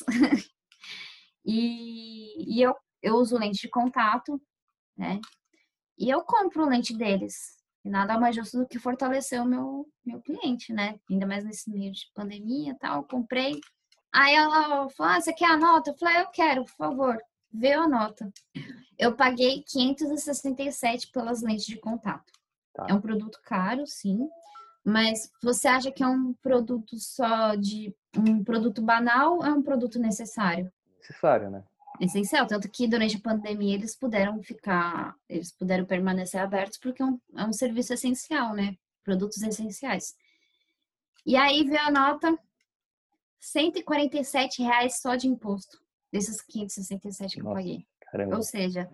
Speaker 2: E eu uso lente de contato, né? E eu compro lente deles. E nada mais justo do que fortalecer o meu cliente, né? Ainda mais nesse meio de pandemia e tal. Eu comprei. Aí ela falou: você quer a nota? Eu falei: eu quero, por favor. Vê a nota. Eu paguei 567 pelas lentes de contato. Tá. É um produto caro, sim. Mas você acha que é um produto um produto banal ou é um produto necessário?
Speaker 1: Necessário, né?
Speaker 2: Essencial, tanto que durante a pandemia eles puderam permanecer abertos porque é um serviço essencial, né? Produtos essenciais. E aí veio a nota, R$ 147 só de imposto, desses 567 que eu paguei.
Speaker 1: Caramba.
Speaker 2: Ou seja,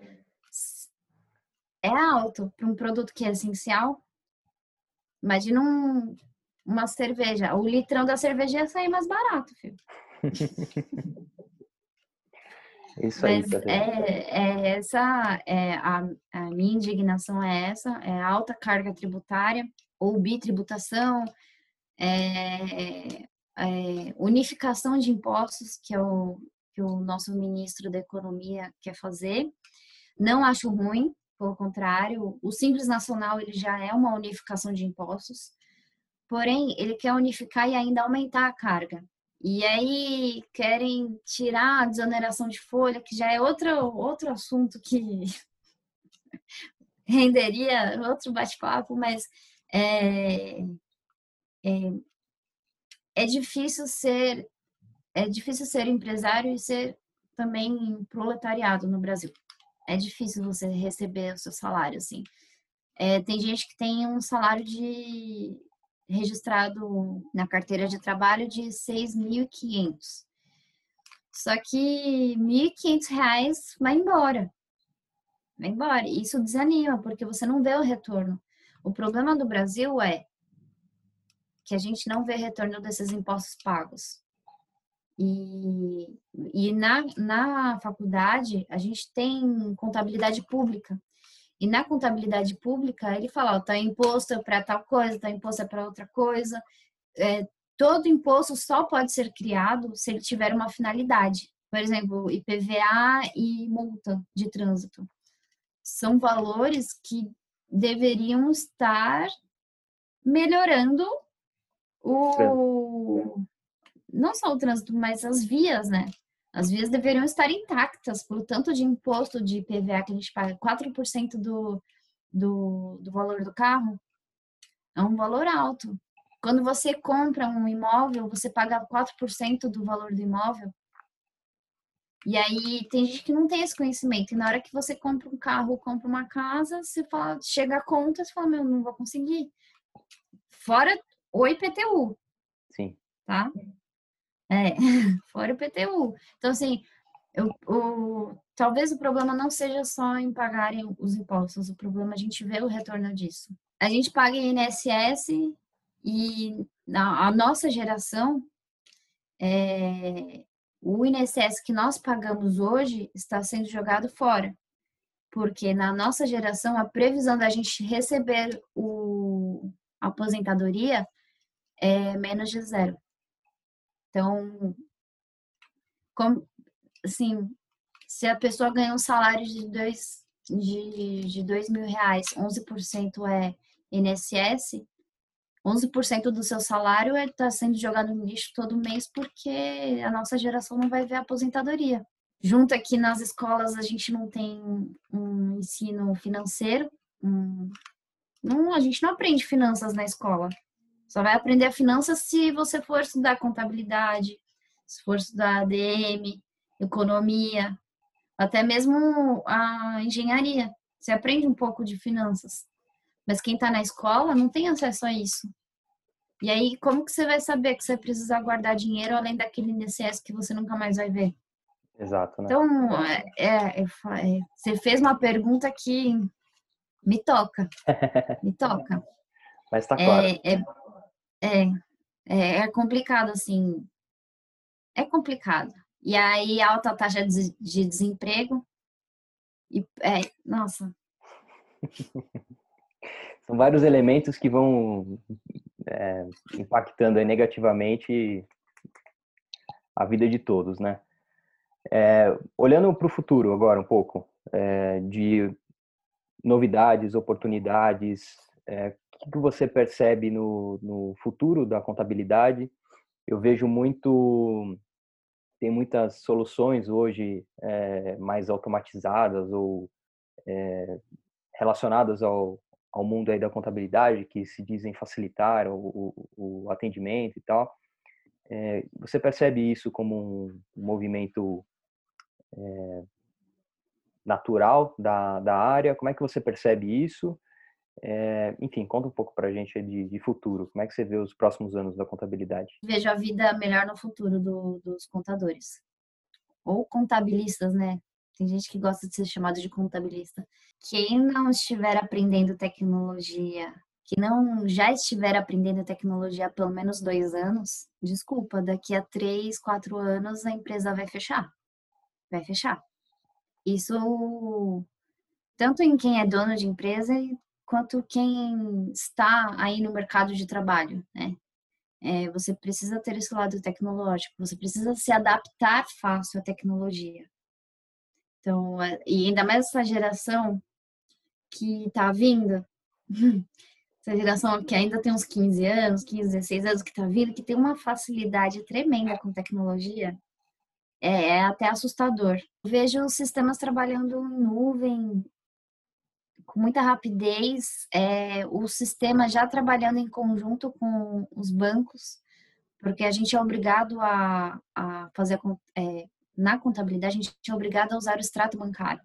Speaker 2: é alto para um produto que é essencial. Imagina uma cerveja, o litrão da cerveja ia sair mais barato, filho.
Speaker 1: Isso aí,
Speaker 2: mas a minha indignação é essa, é alta carga tributária ou bitributação, unificação de impostos, que o nosso ministro da Economia quer fazer. Não acho ruim, pelo contrário, o Simples Nacional ele já é uma unificação de impostos, porém ele quer unificar e ainda aumentar a carga. E aí querem tirar a desoneração de folha, que já é outro assunto que renderia outro bate-papo, mas é difícil ser é difícil ser empresário e ser também proletariado no Brasil. É difícil você receber o seu salário, assim. Tem gente que tem um salário registrado na carteira de trabalho de 6.500. Só que R$ 1.500 vai embora. Vai embora. E isso desanima, porque você não vê o retorno. O problema do Brasil é que a gente não vê retorno desses impostos pagos. E na faculdade, a gente tem contabilidade pública. E na contabilidade pública, ele fala, ó, tá imposto para tal coisa, tá imposto para outra coisa. Todo imposto só pode ser criado se ele tiver uma finalidade. Por exemplo, IPVA e multa de trânsito. São valores que deveriam estar melhorando não só o trânsito, mas as vias, né? As vias deveriam estar intactas pelo tanto de imposto de IPVA que a gente paga, 4% do valor do carro, é um valor alto. Quando você compra um imóvel, você paga 4% do valor do imóvel. E aí tem gente que não tem esse conhecimento. E na hora que você compra um carro, compra uma casa, você fala, chega a conta, você fala, meu, não vou conseguir. Fora o IPTU.
Speaker 1: Sim.
Speaker 2: Tá? Fora o IPTU. Então, assim, talvez o problema não seja só em pagarem os impostos, o problema é a gente ver o retorno disso. A gente paga INSS e a nossa geração, o INSS que nós pagamos hoje está sendo jogado fora, porque na nossa geração a previsão da gente receber a aposentadoria é menos de zero. Então, assim, se a pessoa ganha um salário de R$ 2.000, 11% é INSS, 11% do seu salário está sendo jogado no lixo todo mês porque a nossa geração não vai ver a aposentadoria. Junto aqui nas escolas a gente não tem um ensino financeiro, a gente não aprende finanças na escola. Só vai aprender finanças se você for estudar contabilidade, se for estudar ADM, economia, até mesmo a engenharia. Você aprende um pouco de finanças. Mas quem está na escola não tem acesso a isso. E aí, como que você vai saber que você precisa guardar dinheiro além daquele INSS que você nunca mais vai ver?
Speaker 1: Exato, né?
Speaker 2: Então, você fez uma pergunta que me toca. Me toca.
Speaker 1: Mas tá claro.
Speaker 2: É complicado, assim. É complicado. E aí, alta taxa de desemprego. Nossa.
Speaker 1: São vários elementos que vão impactando negativamente a vida de todos, né? Olhando para o futuro agora um pouco, de novidades, oportunidades, o que você percebe no futuro da contabilidade? Eu vejo tem muitas soluções hoje mais automatizadas ou relacionadas ao mundo aí da contabilidade que se dizem facilitar o atendimento e tal. Você percebe isso como um movimento natural da área? Como é que você percebe isso? Enfim, conta um pouco para a gente de futuro. Como é que você vê os próximos anos da contabilidade?
Speaker 2: Vejo a vida melhor no futuro dos contadores. Ou contabilistas, né? Tem gente que gosta de ser chamado de contabilista. Quem não estiver aprendendo tecnologia, que não já estiver aprendendo tecnologia há pelo menos 2 anos, desculpa, daqui a 3, 4 anos a empresa vai fechar. Vai fechar. Isso tanto em quem é dono de empresa quanto quem está aí no mercado de trabalho, né? Você precisa ter esse lado tecnológico, você precisa se adaptar fácil à tecnologia. Então, e ainda mais essa geração que está vindo, essa geração que ainda tem uns 15 anos, 15, 16 anos que está vindo, que tem uma facilidade tremenda com tecnologia, é até assustador. Eu vejo os sistemas trabalhando em nuvem com muita rapidez, o sistema já trabalhando em conjunto com os bancos, porque a gente é obrigado a fazer, na contabilidade, a gente é obrigado a usar o extrato bancário.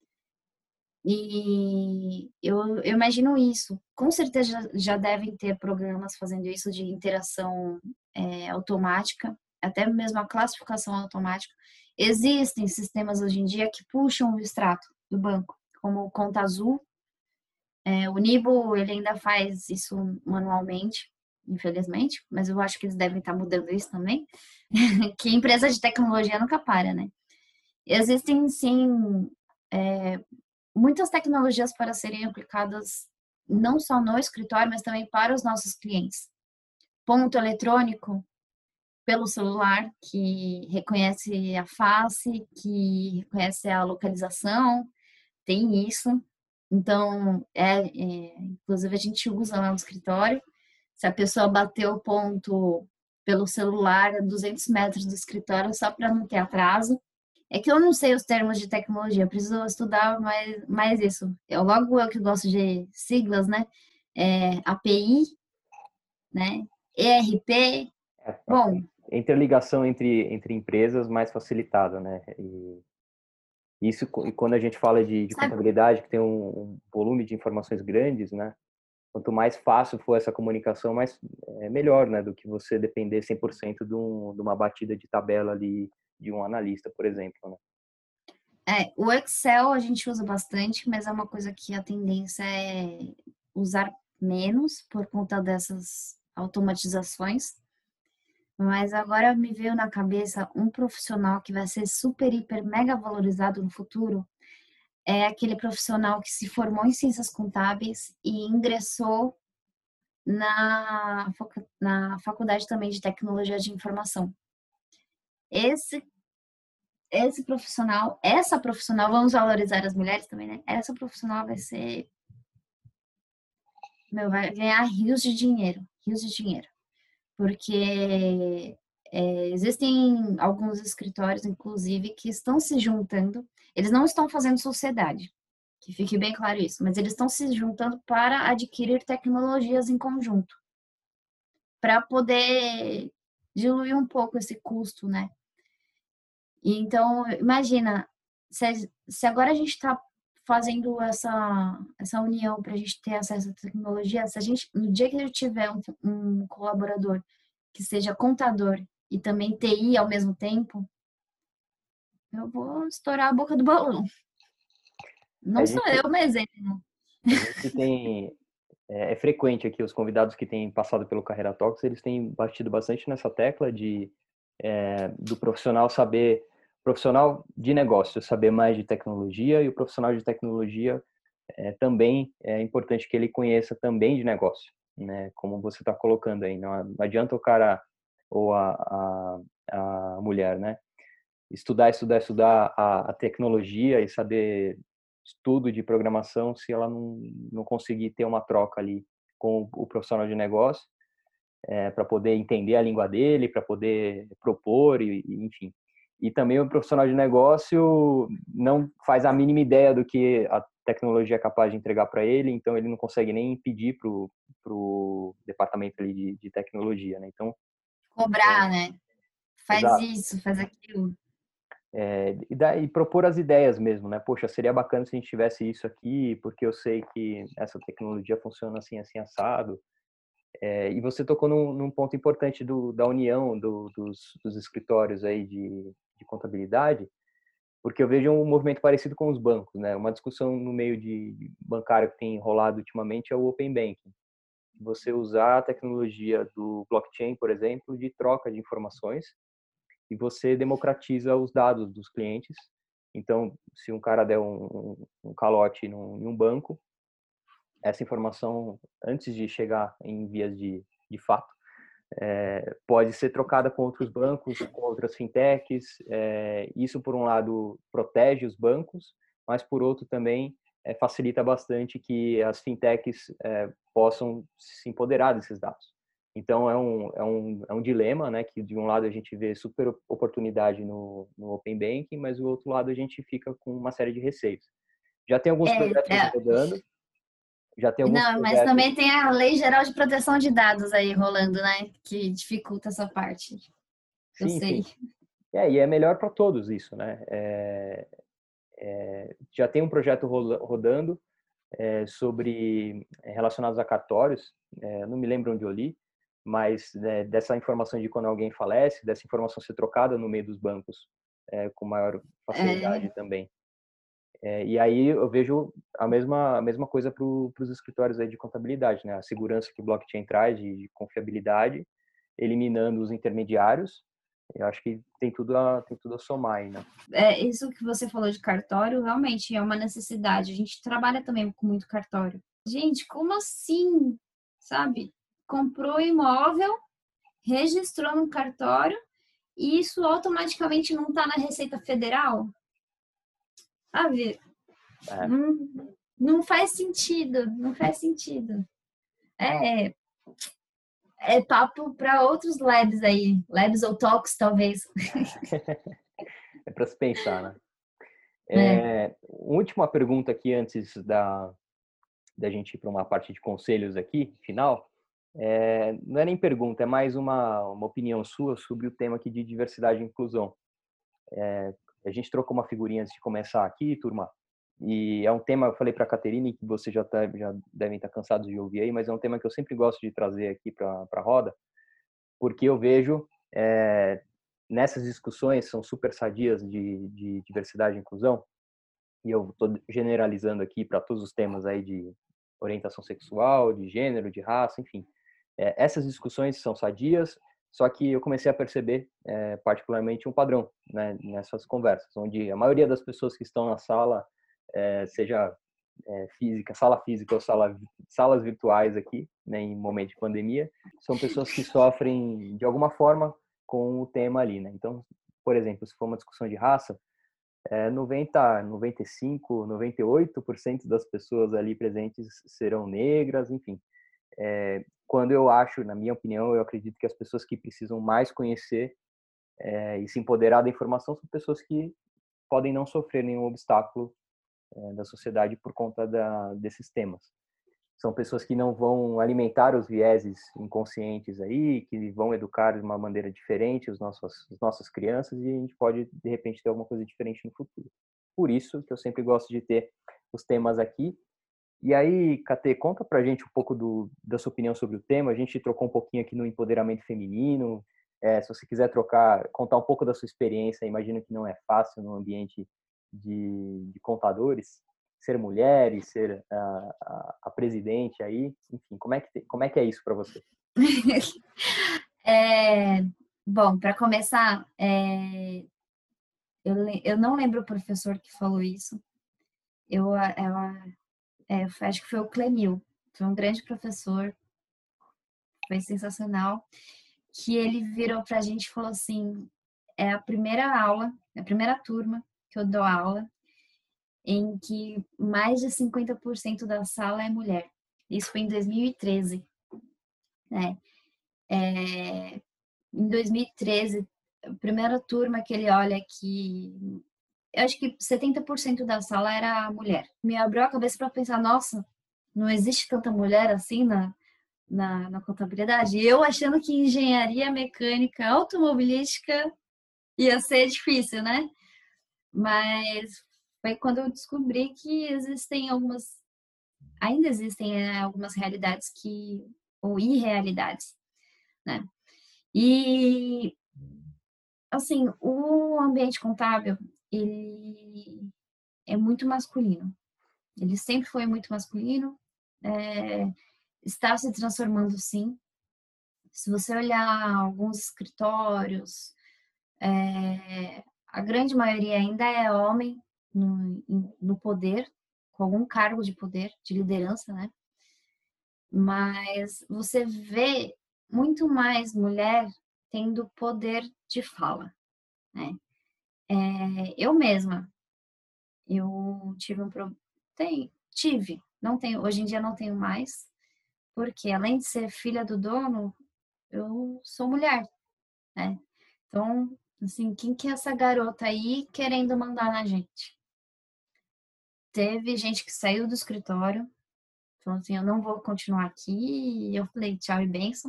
Speaker 2: E eu imagino isso. Com certeza já devem ter programas fazendo isso de interação automática, até mesmo a classificação automática. Existem sistemas hoje em dia que puxam o extrato do banco, como o Conta Azul. O Nibo, ele ainda faz isso manualmente, infelizmente, mas eu acho que eles devem estar mudando isso também. Que empresa de tecnologia nunca para, né? Existem, sim, muitas tecnologias para serem aplicadas não só no escritório, mas também para os nossos clientes. Ponto eletrônico pelo celular, que reconhece a face, que reconhece a localização, tem isso. Então, inclusive a gente usa lá no escritório. Se a pessoa bateu o ponto pelo celular a 200 metros do escritório, só para não ter atraso. É que eu não sei os termos de tecnologia, preciso estudar mais isso. Logo eu que gosto de siglas, né? API, né? ERP.
Speaker 1: A
Speaker 2: Bom,
Speaker 1: interligação entre empresas mais facilitada, né? E isso, e quando a gente fala de
Speaker 2: sabe,
Speaker 1: contabilidade, que tem um volume de informações grandes, né? Quanto mais fácil for essa comunicação, mais melhor, né? Do que você depender 100% de uma batida de tabela ali de um analista, por exemplo, né?
Speaker 2: o Excel a gente usa bastante, mas é uma coisa que a tendência é usar menos por conta dessas automatizações. Mas agora me veio na cabeça um profissional que vai ser super, hiper, mega valorizado no futuro. É aquele profissional que se formou em ciências contábeis e ingressou na faculdade também de tecnologia de informação. Esse, esse profissional, essa profissional, vamos valorizar as mulheres também, né? Essa profissional vai ser, vai ganhar rios de dinheiro, porque existem alguns escritórios, inclusive, que estão se juntando. Eles não estão fazendo sociedade, que fique bem claro isso, mas eles estão se juntando para adquirir tecnologias em conjunto, para poder diluir um pouco esse custo, né? E então, imagina, se agora a gente está fazendo essa união para a gente ter acesso à tecnologia, se a gente, no dia que eu tiver um colaborador que seja contador e também TI ao mesmo tempo, eu vou estourar a boca do balão.
Speaker 1: A
Speaker 2: Não sou
Speaker 1: gente,
Speaker 2: eu, mas
Speaker 1: a gente tem, é frequente aqui, os convidados que têm passado pelo Carreira Talks, eles têm batido bastante nessa tecla do profissional de negócio saber mais de tecnologia, e o profissional de tecnologia também é importante que ele conheça também de negócio, né? Como você está colocando aí, não adianta o cara ou a mulher, né? Estudar a tecnologia e saber estudo de programação se ela não conseguir ter uma troca ali com o profissional de negócio, para poder entender a língua dele, para poder propor, enfim. E também o profissional de negócio não faz a mínima ideia do que a tecnologia é capaz de entregar para ele, então ele não consegue nem pedir para o departamento ali de tecnologia, né? Então,
Speaker 2: cobrar, né? Faz
Speaker 1: exato.
Speaker 2: isso, faz aquilo.
Speaker 1: E propor as ideias mesmo, né? Poxa, seria bacana se a gente tivesse isso aqui, porque eu sei que essa tecnologia funciona assim, assim, assado. E você tocou num ponto importante da união dos escritórios aí de contabilidade, porque eu vejo um movimento parecido com os bancos, né? Uma discussão no meio de bancário que tem rolado ultimamente é o Open Banking. Você usar a tecnologia do blockchain, por exemplo, de troca de informações, e você democratiza os dados dos clientes. Então, se um cara der um calote em um banco, essa informação, antes de chegar em vias de fato, pode ser trocada com outros bancos, com outras fintechs. Isso, por um lado, protege os bancos, mas, por outro, também facilita bastante que as fintechs possam se empoderar desses dados. Então, é um dilema, né? Que, de um lado, a gente vê super oportunidade no Open Banking, mas, do outro lado, a gente fica com uma série de receios. Já tem alguns
Speaker 2: É,
Speaker 1: projetos
Speaker 2: é,
Speaker 1: rodando, já tem alguns
Speaker 2: Não, mas
Speaker 1: projetos.
Speaker 2: também tem a Lei Geral de Proteção de Dados aí rolando, né? Que dificulta essa parte. Eu
Speaker 1: Sim,
Speaker 2: sei.
Speaker 1: sim. E é melhor para todos isso, né? Já tem um projeto rodando sobre relacionados a cartórios, não me lembro onde eu li, mas dessa informação de quando alguém falece, dessa informação ser trocada no meio dos bancos com maior
Speaker 2: É,
Speaker 1: facilidade também. E aí eu vejo a mesma coisa para os escritórios aí de contabilidade, né? A segurança que o blockchain traz de confiabilidade, eliminando os intermediários. Eu acho que tem tudo a somar aí, né?
Speaker 2: isso que você falou de cartório realmente é uma necessidade. A gente trabalha também com muito cartório. Gente, como assim? Sabe? Comprou imóvel, registrou no cartório e isso automaticamente não está na Receita Federal? Sabe?
Speaker 1: É,
Speaker 2: Não, não faz sentido, não faz sentido. É, é papo para outros labs aí, labs ou talks, talvez.
Speaker 1: é para se pensar, né?
Speaker 2: É,
Speaker 1: Última pergunta aqui antes da gente ir para uma parte de conselhos aqui, final. Não é nem pergunta, é mais uma opinião sua sobre o tema aqui de diversidade e inclusão. A gente trocou uma figurinha antes de começar aqui, turma, e é um tema, eu falei para a Caterine, que vocês já devem estar cansados de ouvir aí, mas é um tema que eu sempre gosto de trazer aqui para a roda, porque eu vejo nessas discussões, são super sadias de diversidade e inclusão, e eu estou generalizando aqui para todos os temas aí de orientação sexual, de gênero, de raça, enfim. Essas discussões são sadias, só que eu comecei a perceber, particularmente, um padrão, né, nessas conversas, onde a maioria das pessoas que estão na sala, seja física, sala física ou salas virtuais aqui, né, em momento de pandemia, são pessoas que sofrem de alguma forma com o tema ali, né? Então, por exemplo, se for uma discussão de raça, 90, 95, 98% das pessoas ali presentes serão negras, enfim. Quando eu acho, na minha opinião, eu acredito que as pessoas que precisam mais conhecer e se empoderar da informação são pessoas que podem não sofrer nenhum obstáculo da sociedade por conta desses temas. São pessoas que não vão alimentar os vieses inconscientes aí, que vão educar de uma maneira diferente as nossas crianças e a gente pode, de repente, ter alguma coisa diferente no futuro. Por isso que eu sempre gosto de ter os temas aqui. E aí, Katê, conta pra gente um pouco da sua opinião sobre o tema. A gente trocou um pouquinho aqui no empoderamento feminino. Se você quiser contar um pouco da sua experiência, imagino que não é fácil no ambiente de contadores, ser mulher e ser a presidente aí. Enfim, como é que é isso para você?
Speaker 2: é, bom, para começar, eu não lembro o professor que falou isso. Eu acho que foi o Clemil, foi um grande professor, foi sensacional, que ele virou para a gente e falou assim, é a primeira aula, é a primeira turma que eu dou aula, em que mais de 50% da sala é mulher. Isso foi em 2013, né? Em 2013, a primeira turma que ele olha que eu acho que 70% da sala era mulher. Me abriu a cabeça para pensar, nossa, não existe tanta mulher assim na contabilidade. E eu achando que engenharia mecânica automobilística ia ser difícil, né? Mas foi quando eu descobri que ainda existem algumas realidades ou irrealidades, né? E, assim, o ambiente contábil, ele é muito masculino. Ele sempre foi muito masculino, é, está se transformando, sim. Se você olhar alguns escritórios, a grande maioria ainda é homem no poder, com algum cargo de poder, de liderança, né? Mas você vê muito mais mulher tendo poder de fala, né? Eu mesma, eu tive um problema, tive, não tenho, hoje em dia não tenho mais, porque além de ser filha do dono, eu sou mulher, né? Então, assim, quem que é essa garota aí querendo mandar na gente? Teve gente que saiu do escritório, Falou assim, eu não vou continuar aqui. E eu falei, tchau e bênção.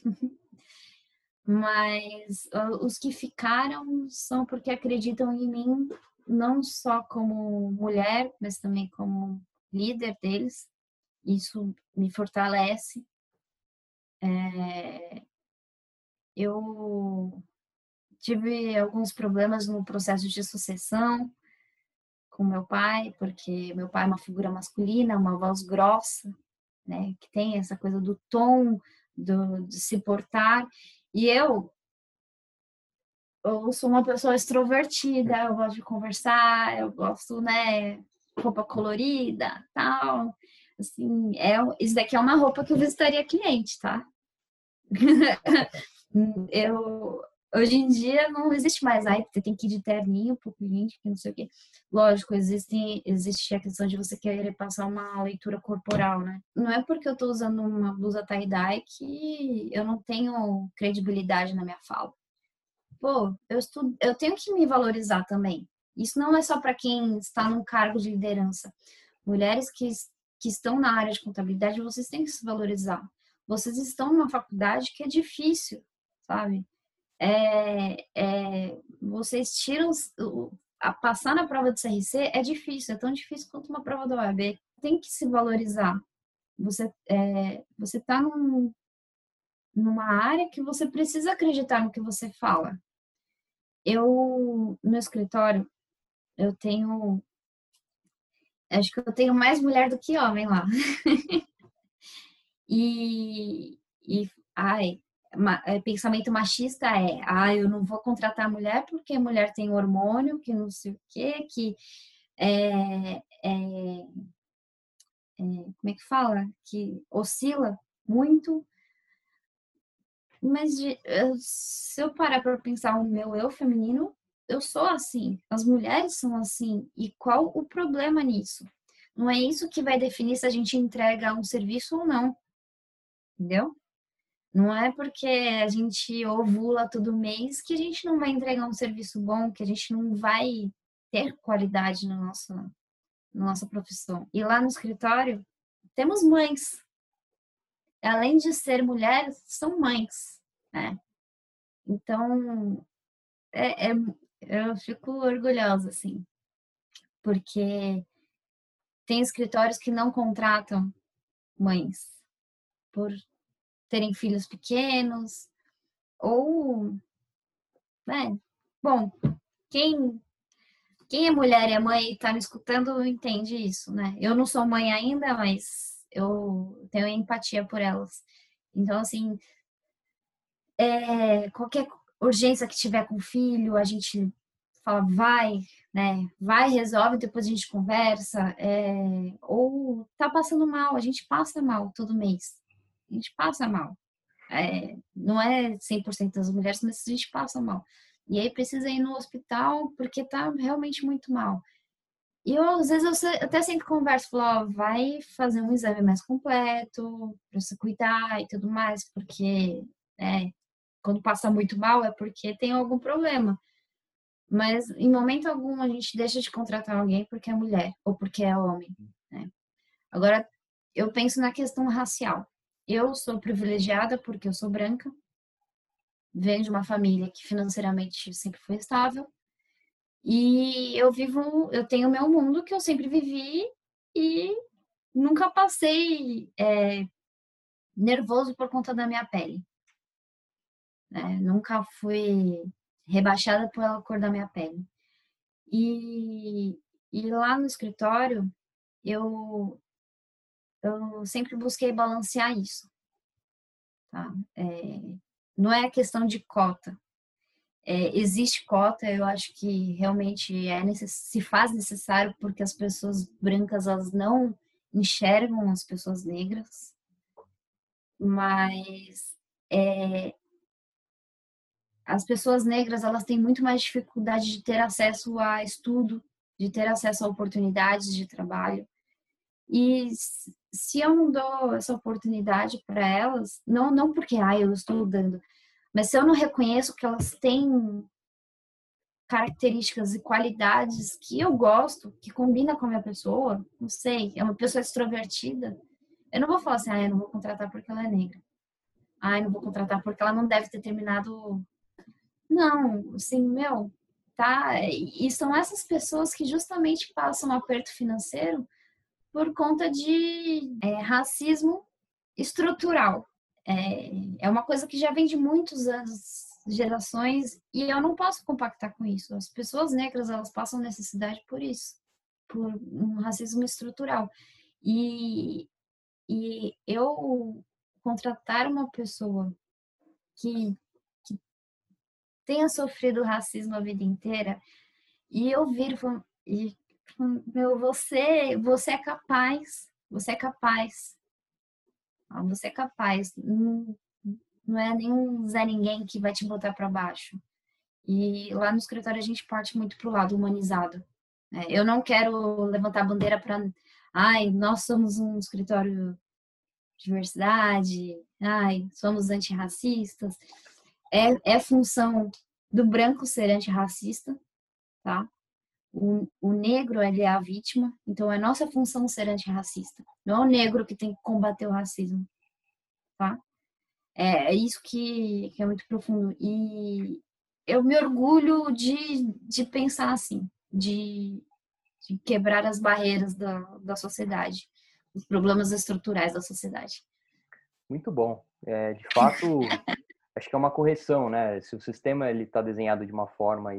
Speaker 2: Mas os que ficaram são porque acreditam em mim, não só como mulher, mas também como líder deles. Isso me fortalece. Eu tive alguns problemas no processo de sucessão com meu pai, porque meu pai é uma figura masculina, uma voz grossa, né, que tem essa coisa do tom, de se portar. E eu sou uma pessoa extrovertida, eu gosto de conversar, eu gosto, né, roupa colorida, tal. Assim, isso daqui é uma roupa que eu visitaria cliente, tá? Eu, hoje em dia não existe mais, você tem que ir de terninho pro cliente, que não sei o quê. Lógico, existe a questão de você querer passar uma leitura corporal, né? Não é porque eu tô usando uma blusa tie-dye que eu não tenho credibilidade na minha fala. Pô, eu tenho que me valorizar também. Isso não é só para quem está num cargo de liderança. Mulheres que estão na área de contabilidade, vocês têm que se valorizar. Vocês estão numa faculdade que é difícil, sabe? Vocês tiram a passar na prova de CRC é difícil, é tão difícil quanto uma prova da OAB. Tem que se valorizar. Você está numa área que você precisa acreditar no que você fala. No escritório, acho que eu tenho mais mulher do que homem lá. Ai, pensamento machista eu não vou contratar mulher porque mulher tem hormônio, que não sei o quê, que como é que fala? Que oscila muito. Mas se eu parar para pensar o meu eu feminino, eu sou assim, as mulheres são assim. E qual o problema nisso? Não é isso que vai definir se a gente entrega um serviço ou não, entendeu? Não é porque a gente ovula todo mês que a gente não vai entregar um serviço bom, que a gente não vai ter qualidade na nossa profissão. E lá no escritório, temos mães. Além de ser mulheres, são mães, né? Então, é, é, eu fico orgulhosa, assim, porque tem escritórios que não contratam mães por terem filhos pequenos, ou, né? Bom, quem, quem é mulher e é mãe e tá me escutando entende isso, né? Eu não sou mãe ainda, mas eu tenho empatia por elas. Então, assim, qualquer urgência que tiver com o filho, a gente fala, vai, né? Vai, resolve, depois a gente conversa. Ou tá passando mal, a gente passa mal todo mês. A gente passa mal. Não é 100% das mulheres, mas a gente passa mal. E aí precisa ir no hospital porque tá realmente muito mal. E às vezes, até sempre converso, falo, ó, vai fazer um exame mais completo, pra você cuidar e tudo mais, porque, quando passa muito mal é porque tem algum problema. Mas em momento algum a gente deixa de contratar alguém porque é mulher ou porque é homem, né? Agora, eu penso na questão racial. Eu sou privilegiada porque eu sou branca, venho de uma família que financeiramente sempre foi estável, e eu tenho o meu mundo que eu sempre vivi e nunca passei nervoso por conta da minha pele, né? Nunca fui rebaixada pela cor da minha pele. E, e lá no escritório, eu, eu sempre busquei balancear isso, tá? Não é questão de cota. Existe cota, eu acho que realmente se faz necessário porque as pessoas brancas elas não enxergam as pessoas negras, mas as pessoas negras elas têm muito mais dificuldade de ter acesso a estudo, de ter acesso a oportunidades de trabalho. E se eu não dou essa oportunidade para elas, não porque eu estou dando, mas se eu não reconheço que elas têm características e qualidades que eu gosto, que combina com a minha pessoa, não sei, é uma pessoa extrovertida, Eu não vou falar assim, eu não vou contratar porque ela é negra. Eu não vou contratar porque ela não deve ter terminado. Não, assim, meu, tá? E são essas pessoas que justamente passam um aperto financeiro por conta de racismo estrutural. É uma coisa que já vem de muitos anos, gerações, e eu não posso compactar com isso. As pessoas negras, elas passam necessidade por isso, por um racismo estrutural. E, e eu contratar uma pessoa que, que tenha sofrido racismo a vida inteira, e eu vir e, meu, você é capaz, você é capaz, você é capaz. Não, não é nenhum Zé Ninguém que vai te botar para baixo. E lá no escritório a gente parte muito pro lado humanizado. Eu não quero levantar a bandeira para, nós somos um escritório de diversidade, somos antirracistas. É função do branco ser antirracista, tá? O negro, ele é a vítima, então é nossa função ser antirracista. Não é o negro que tem que combater o racismo, tá? É isso que é muito profundo. E eu me orgulho de pensar assim, de quebrar as barreiras da sociedade, os problemas estruturais da sociedade.
Speaker 1: Muito bom. De fato, acho que é uma correção, né? Se o sistema ele está desenhado de uma forma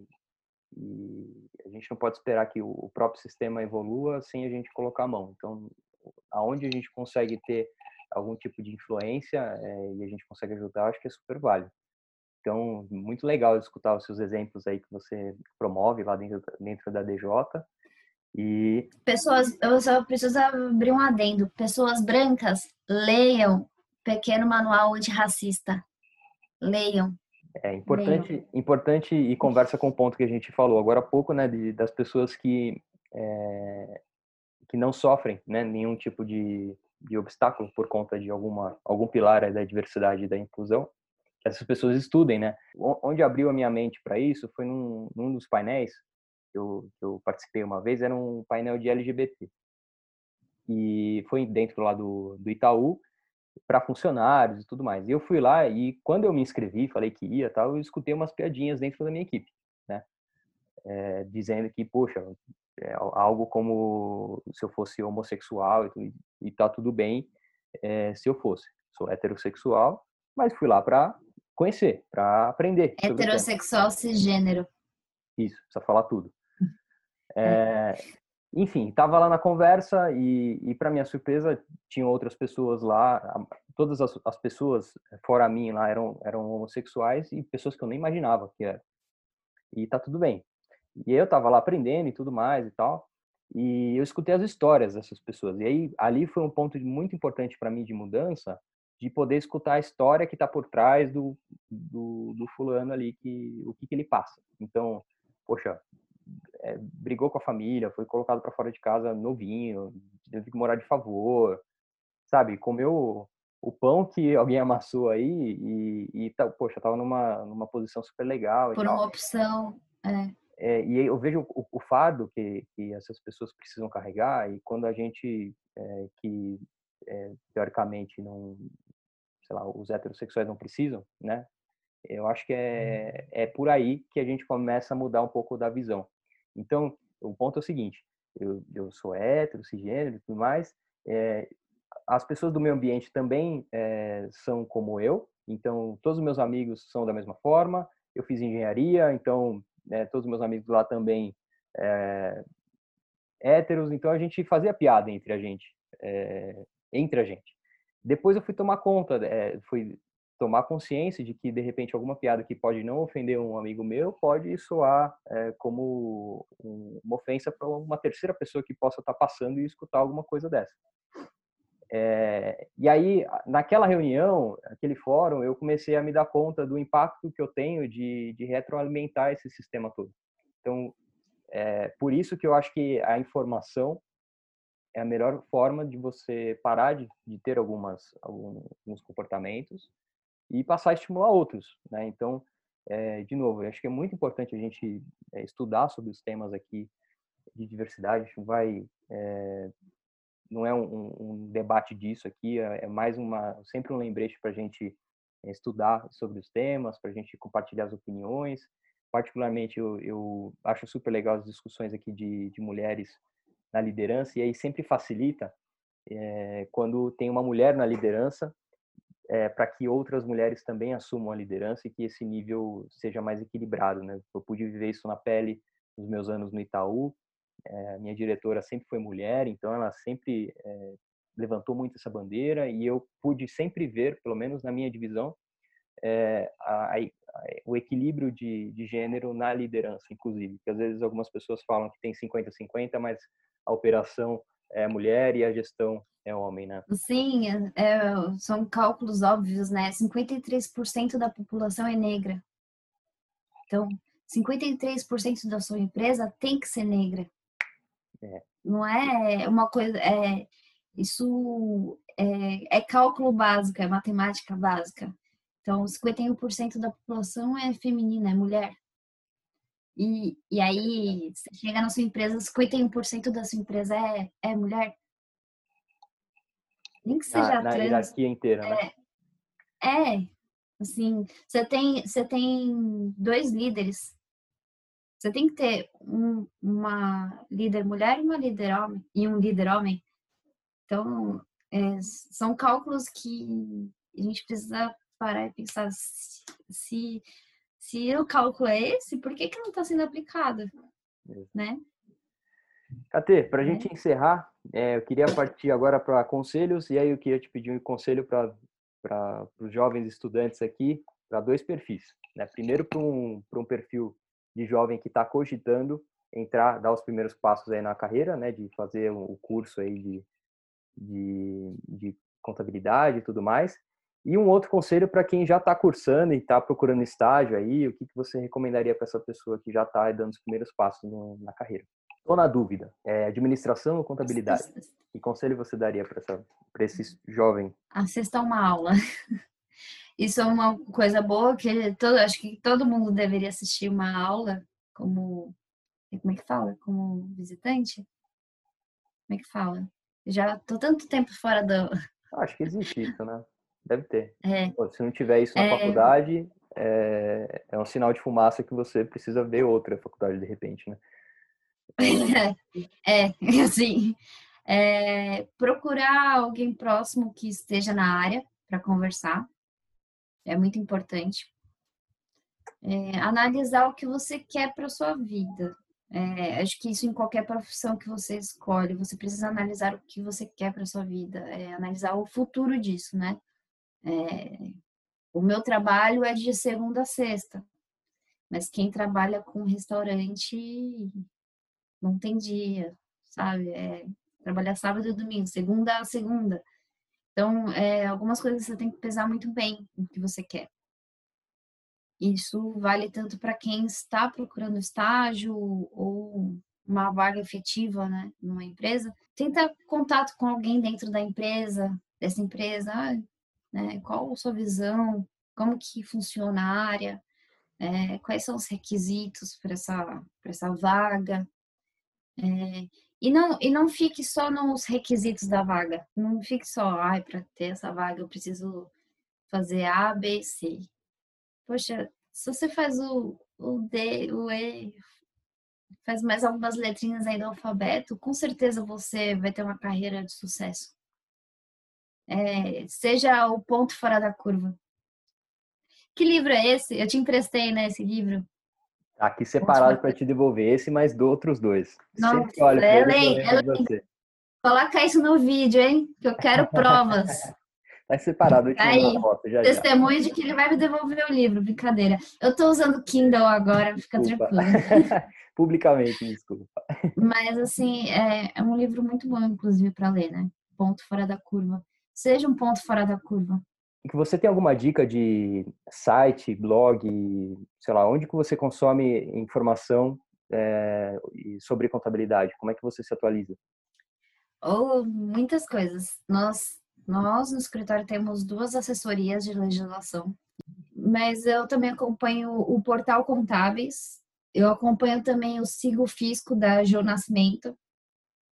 Speaker 1: e a gente não pode esperar que o próprio sistema evolua sem a gente colocar a mão. Então, aonde a gente consegue ter algum tipo de influência e a gente consegue ajudar, acho que é super válido. Então, muito legal escutar os seus exemplos aí que você promove lá dentro da DJ. E
Speaker 2: Eu só preciso abrir um adendo. Pessoas brancas, leiam Pequeno Manual Antirracista. Leiam,
Speaker 1: é
Speaker 2: leiam.
Speaker 1: importante e conversa com o ponto que a gente falou agora há pouco, né, das pessoas que não sofrem, né, nenhum tipo de obstáculo por conta de algum pilar da diversidade e da inclusão, que essas pessoas estudem, né. Onde abriu a minha mente para isso foi num dos painéis que eu participei uma vez, era um painel de LGBT. E foi dentro lá do Itaú, para funcionários e tudo mais. E eu fui lá e quando eu me inscrevi, falei que ia, tal, eu escutei umas piadinhas dentro da minha equipe, né? Dizendo que, poxa, algo como se eu fosse homossexual e tá tudo bem se eu fosse. Sou heterossexual, mas fui lá para conhecer, para aprender sobre o tema.
Speaker 2: Heterossexual cisgênero.
Speaker 1: Isso, precisa falar tudo.
Speaker 2: É.
Speaker 1: Enfim, estava lá na conversa e para minha surpresa, tinham outras pessoas lá, todas as pessoas, fora a mim lá, eram homossexuais e pessoas que eu nem imaginava que eram. E tá tudo bem. E eu estava lá aprendendo e tudo mais e tal, e eu escutei as histórias dessas pessoas. E aí, ali foi um ponto muito importante para mim de mudança, de poder escutar a história que está por trás do fulano ali, o que ele passa. Então, poxa, brigou com a família, foi colocado para fora de casa novinho, teve que morar de favor, sabe? Comeu o pão que alguém amassou aí poxa, tava numa posição super legal e
Speaker 2: Por uma
Speaker 1: tal.
Speaker 2: opção.
Speaker 1: E aí eu vejo o fardo que essas pessoas precisam carregar e quando a gente que teoricamente não, sei lá, os heterossexuais não precisam, né? Eu acho que é por aí que a gente começa a mudar um pouco da visão. Então, o ponto é o seguinte: eu sou hétero, cisgênero e tudo mais. É, as pessoas do meu ambiente também são como eu. Então, todos os meus amigos são da mesma forma. Eu fiz engenharia, então todos os meus amigos lá também é, héteros. Então, a gente fazia piada entre a gente, entre a gente. Depois eu fui tomar conta, fui tomar consciência de que de repente alguma piada que pode não ofender um amigo meu pode soar como uma ofensa para uma terceira pessoa que possa estar passando e escutar alguma coisa dessa. E aí, naquela reunião, aquele fórum, eu comecei a me dar conta do impacto que eu tenho de retroalimentar esse sistema todo. Então, por isso que eu acho que a informação é a melhor forma de você parar de ter alguns comportamentos e passar a estimular outros, né? Então, de novo, eu acho que é muito importante a gente estudar sobre os temas aqui de diversidade. A gente vai não é um debate disso aqui, é mais sempre um lembrete para a gente estudar sobre os temas, para a gente compartilhar as opiniões. Particularmente, eu acho super legal as discussões aqui de mulheres na liderança, e aí sempre facilita quando tem uma mulher na liderança, para que outras mulheres também assumam a liderança e que esse nível seja mais equilibrado, né? Eu pude viver isso na pele nos meus anos no Itaú. Minha diretora sempre foi mulher, então ela sempre levantou muito essa bandeira, e eu pude sempre ver, pelo menos na minha divisão, o equilíbrio de gênero na liderança, inclusive. Porque às vezes algumas pessoas falam que tem 50-50, mas a operação é mulher e a gestão é homem, né?
Speaker 2: Sim, são cálculos óbvios, né? 53% da população é negra. Então, 53% da sua empresa tem que ser negra. Não é uma coisa... isso é cálculo básico, é matemática básica. Então, 51% da população é feminina, é mulher. E aí, você chega na sua empresa, 51% da sua empresa é mulher. Nem que seja
Speaker 1: Na
Speaker 2: trans.
Speaker 1: hierarquia inteira, né?
Speaker 2: Assim, você tem 2 líderes. Você tem que ter uma líder mulher e uma líder homem, e um líder homem. Então, são cálculos que a gente precisa parar e pensar se o cálculo é esse, por que não está sendo aplicado, né?
Speaker 1: Katê, para a gente encerrar, eu queria partir agora para conselhos, e aí eu queria te pedir um conselho para os jovens estudantes aqui, para 2 perfis, né? Primeiro, para um perfil de jovem que está cogitando entrar, dar os primeiros passos aí na carreira, né? De fazer o curso aí de contabilidade e tudo mais. E um outro conselho para quem já está cursando e está procurando estágio aí, o que você recomendaria para essa pessoa que já está dando os primeiros passos na carreira? Estou na dúvida, administração ou contabilidade? Que conselho você daria para esse jovem?
Speaker 2: Assista uma aula. Isso é uma coisa boa que acho que todo mundo deveria assistir uma aula como é que fala? Como visitante? Como é que fala? Já tô tanto tempo fora do...
Speaker 1: Acho que existe isso, né? Deve ter.
Speaker 2: É,
Speaker 1: Se não tiver isso na faculdade, é um sinal de fumaça que você precisa ver outra faculdade de repente, né?
Speaker 2: assim, procurar alguém próximo que esteja na área para conversar, é muito importante. Analisar o que você quer para sua vida. Acho que isso em qualquer profissão que você escolhe, você precisa analisar o que você quer para sua vida, analisar o futuro disso, né? O meu trabalho é de segunda a sexta, mas quem trabalha com restaurante não tem dia, sabe? Trabalhar sábado e domingo, segunda a segunda. Então, algumas coisas você tem que pesar muito bem o que você quer. Isso vale tanto para quem está procurando estágio ou uma vaga efetiva, né, numa empresa. Tenta contato com alguém dentro da empresa, dessa empresa, né, qual a sua visão, como que funciona a área, quais são os requisitos para essa vaga. E não fique só nos requisitos da vaga. Não fique só, para ter essa vaga eu preciso fazer A, B, C. Poxa, se você faz o D, o E, faz mais algumas letrinhas aí do alfabeto, com certeza você vai ter uma carreira de sucesso. Seja o ponto fora da curva. Que livro é esse? Eu te emprestei, né, esse livro.
Speaker 1: Aqui separado para te devolver esse, mais do outros 2. Sempre que
Speaker 2: Nossa,
Speaker 1: olho para eles, eu lembro de você.
Speaker 2: Coloca isso no vídeo, hein? Que eu quero provas.
Speaker 1: Tá separado, eu te mando uma foto já.
Speaker 2: Testemunho de que ele vai me devolver o livro, brincadeira. Eu tô usando Kindle agora, fica
Speaker 1: Desculpa.
Speaker 2: tranquilo.
Speaker 1: Publicamente, desculpa.
Speaker 2: Mas, assim, é um livro muito bom, inclusive, para ler, né? Ponto fora da curva. Seja um ponto fora da curva.
Speaker 1: E que você tem alguma dica de site, blog, sei lá, onde que você consome informação sobre contabilidade? Como é que você se atualiza?
Speaker 2: Ou muitas coisas. Nós no escritório temos 2 assessorias de legislação, mas eu também acompanho o Portal Contábeis, eu acompanho também o Sigo Fisco da Geo Nascimento,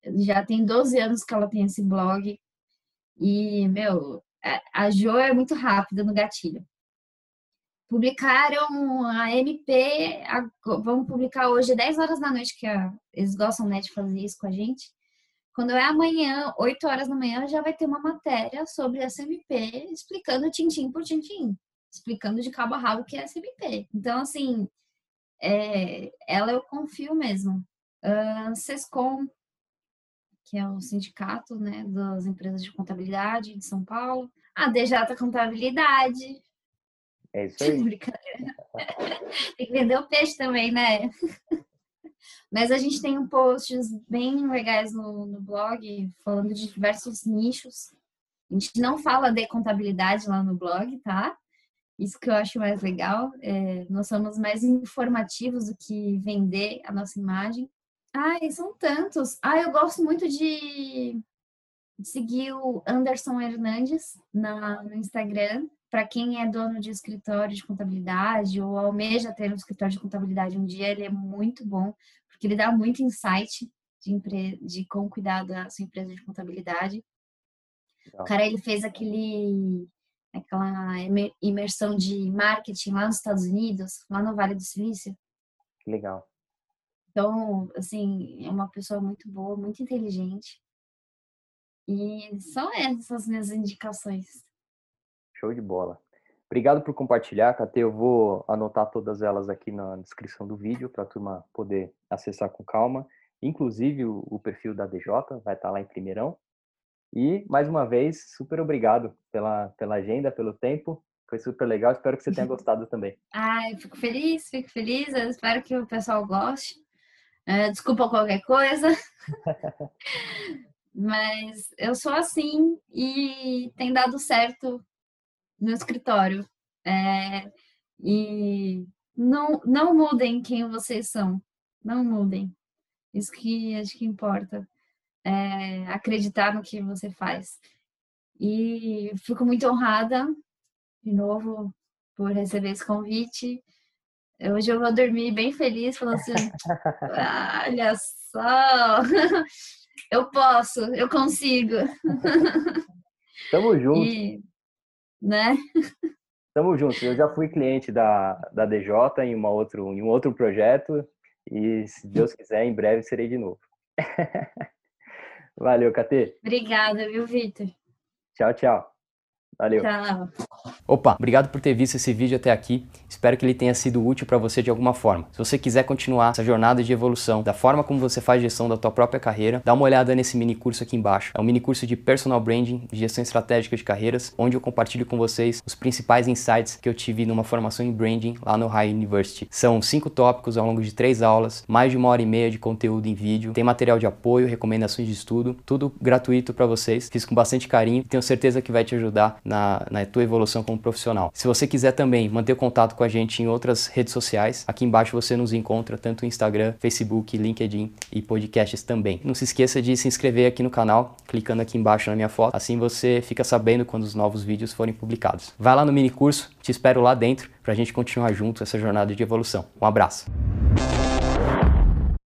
Speaker 2: Já tem 12 anos que ela tem esse blog. E, meu, a Jo é muito rápida no gatilho. Publicaram a MP, vamos publicar hoje, 10 horas da noite, que eles gostam, né, de fazer isso com a gente. Quando é amanhã, 8 horas da manhã, já vai ter uma matéria sobre essa MP, explicando tintim por tintim, explicando de cabo a rabo o que é essa MP. Então, assim, ela eu confio mesmo. Sescom, que é o sindicato, né, das empresas de contabilidade de São Paulo. A DJ Contabilidade.
Speaker 1: É isso aí.
Speaker 2: Brincadeira. Tem que vender o peixe também, né? Mas a gente tem posts bem legais no blog, falando de diversos nichos. A gente não fala de contabilidade lá no blog, tá? Isso que eu acho mais legal. Nós somos mais informativos do que vender a nossa imagem. Ai, são tantos. Eu gosto muito de seguir o Anderson Hernandes no Instagram. Para quem é dono de escritório de contabilidade ou almeja ter um escritório de contabilidade um dia, ele é muito bom, porque ele dá muito insight de como cuidar da sua empresa de contabilidade. O cara, ele fez aquela imersão de marketing lá nos Estados Unidos, lá no Vale do Silício.
Speaker 1: Legal.
Speaker 2: Então, assim, é uma pessoa muito boa, muito inteligente. E são essas minhas indicações.
Speaker 1: Show de bola. Obrigado por compartilhar, Catê. Eu vou anotar todas elas aqui na descrição do vídeo para a turma poder acessar com calma. Inclusive o perfil da DJ vai estar lá em primeirão. E, mais uma vez, super obrigado pela agenda, pelo tempo. Foi super legal. Espero que você tenha gostado também.
Speaker 2: Eu fico feliz, fico feliz. Eu espero que o pessoal goste. Desculpa qualquer coisa. Mas eu sou assim e tem dado certo no escritório. E não mudem quem vocês são. Não mudem. Isso que acho que importa. Acreditar no que você faz. E fico muito honrada, de novo, por receber esse convite. Hoje eu vou dormir bem feliz, falando assim, olha só, eu posso, eu consigo.
Speaker 1: Tamo junto.
Speaker 2: Né?
Speaker 1: Tamo junto. Eu já fui cliente da DJ em um outro projeto e, se Deus quiser, em breve serei de novo. Valeu, Catê.
Speaker 2: Obrigada, viu, Vitor?
Speaker 1: Tchau, tchau. Valeu.
Speaker 2: Tchau.
Speaker 3: Opa, obrigado por ter visto esse vídeo até aqui. Espero que ele tenha sido útil para você de alguma forma. Se você quiser continuar essa jornada de evolução da forma como você faz gestão da tua própria carreira, dá uma olhada nesse mini curso aqui embaixo. É um mini curso de Personal Branding, de gestão estratégica de carreiras, onde eu compartilho com vocês os principais insights que eu tive numa formação em Branding lá no High University. São 5 tópicos ao longo de 3 aulas, mais de 1h30 de conteúdo em vídeo, tem material de apoio, recomendações de estudo, tudo gratuito para vocês. Fiz com bastante carinho e tenho certeza que vai te ajudar na tua evolução como profissional. Se você quiser também manter contato com a gente em outras redes sociais, aqui embaixo você nos encontra tanto no Instagram, Facebook, LinkedIn e podcasts também. Não se esqueça de se inscrever aqui no canal, clicando aqui embaixo na minha foto, assim você fica sabendo quando os novos vídeos forem publicados. Vai lá no mini curso, te espero lá dentro pra gente continuar junto essa jornada de evolução. Um abraço!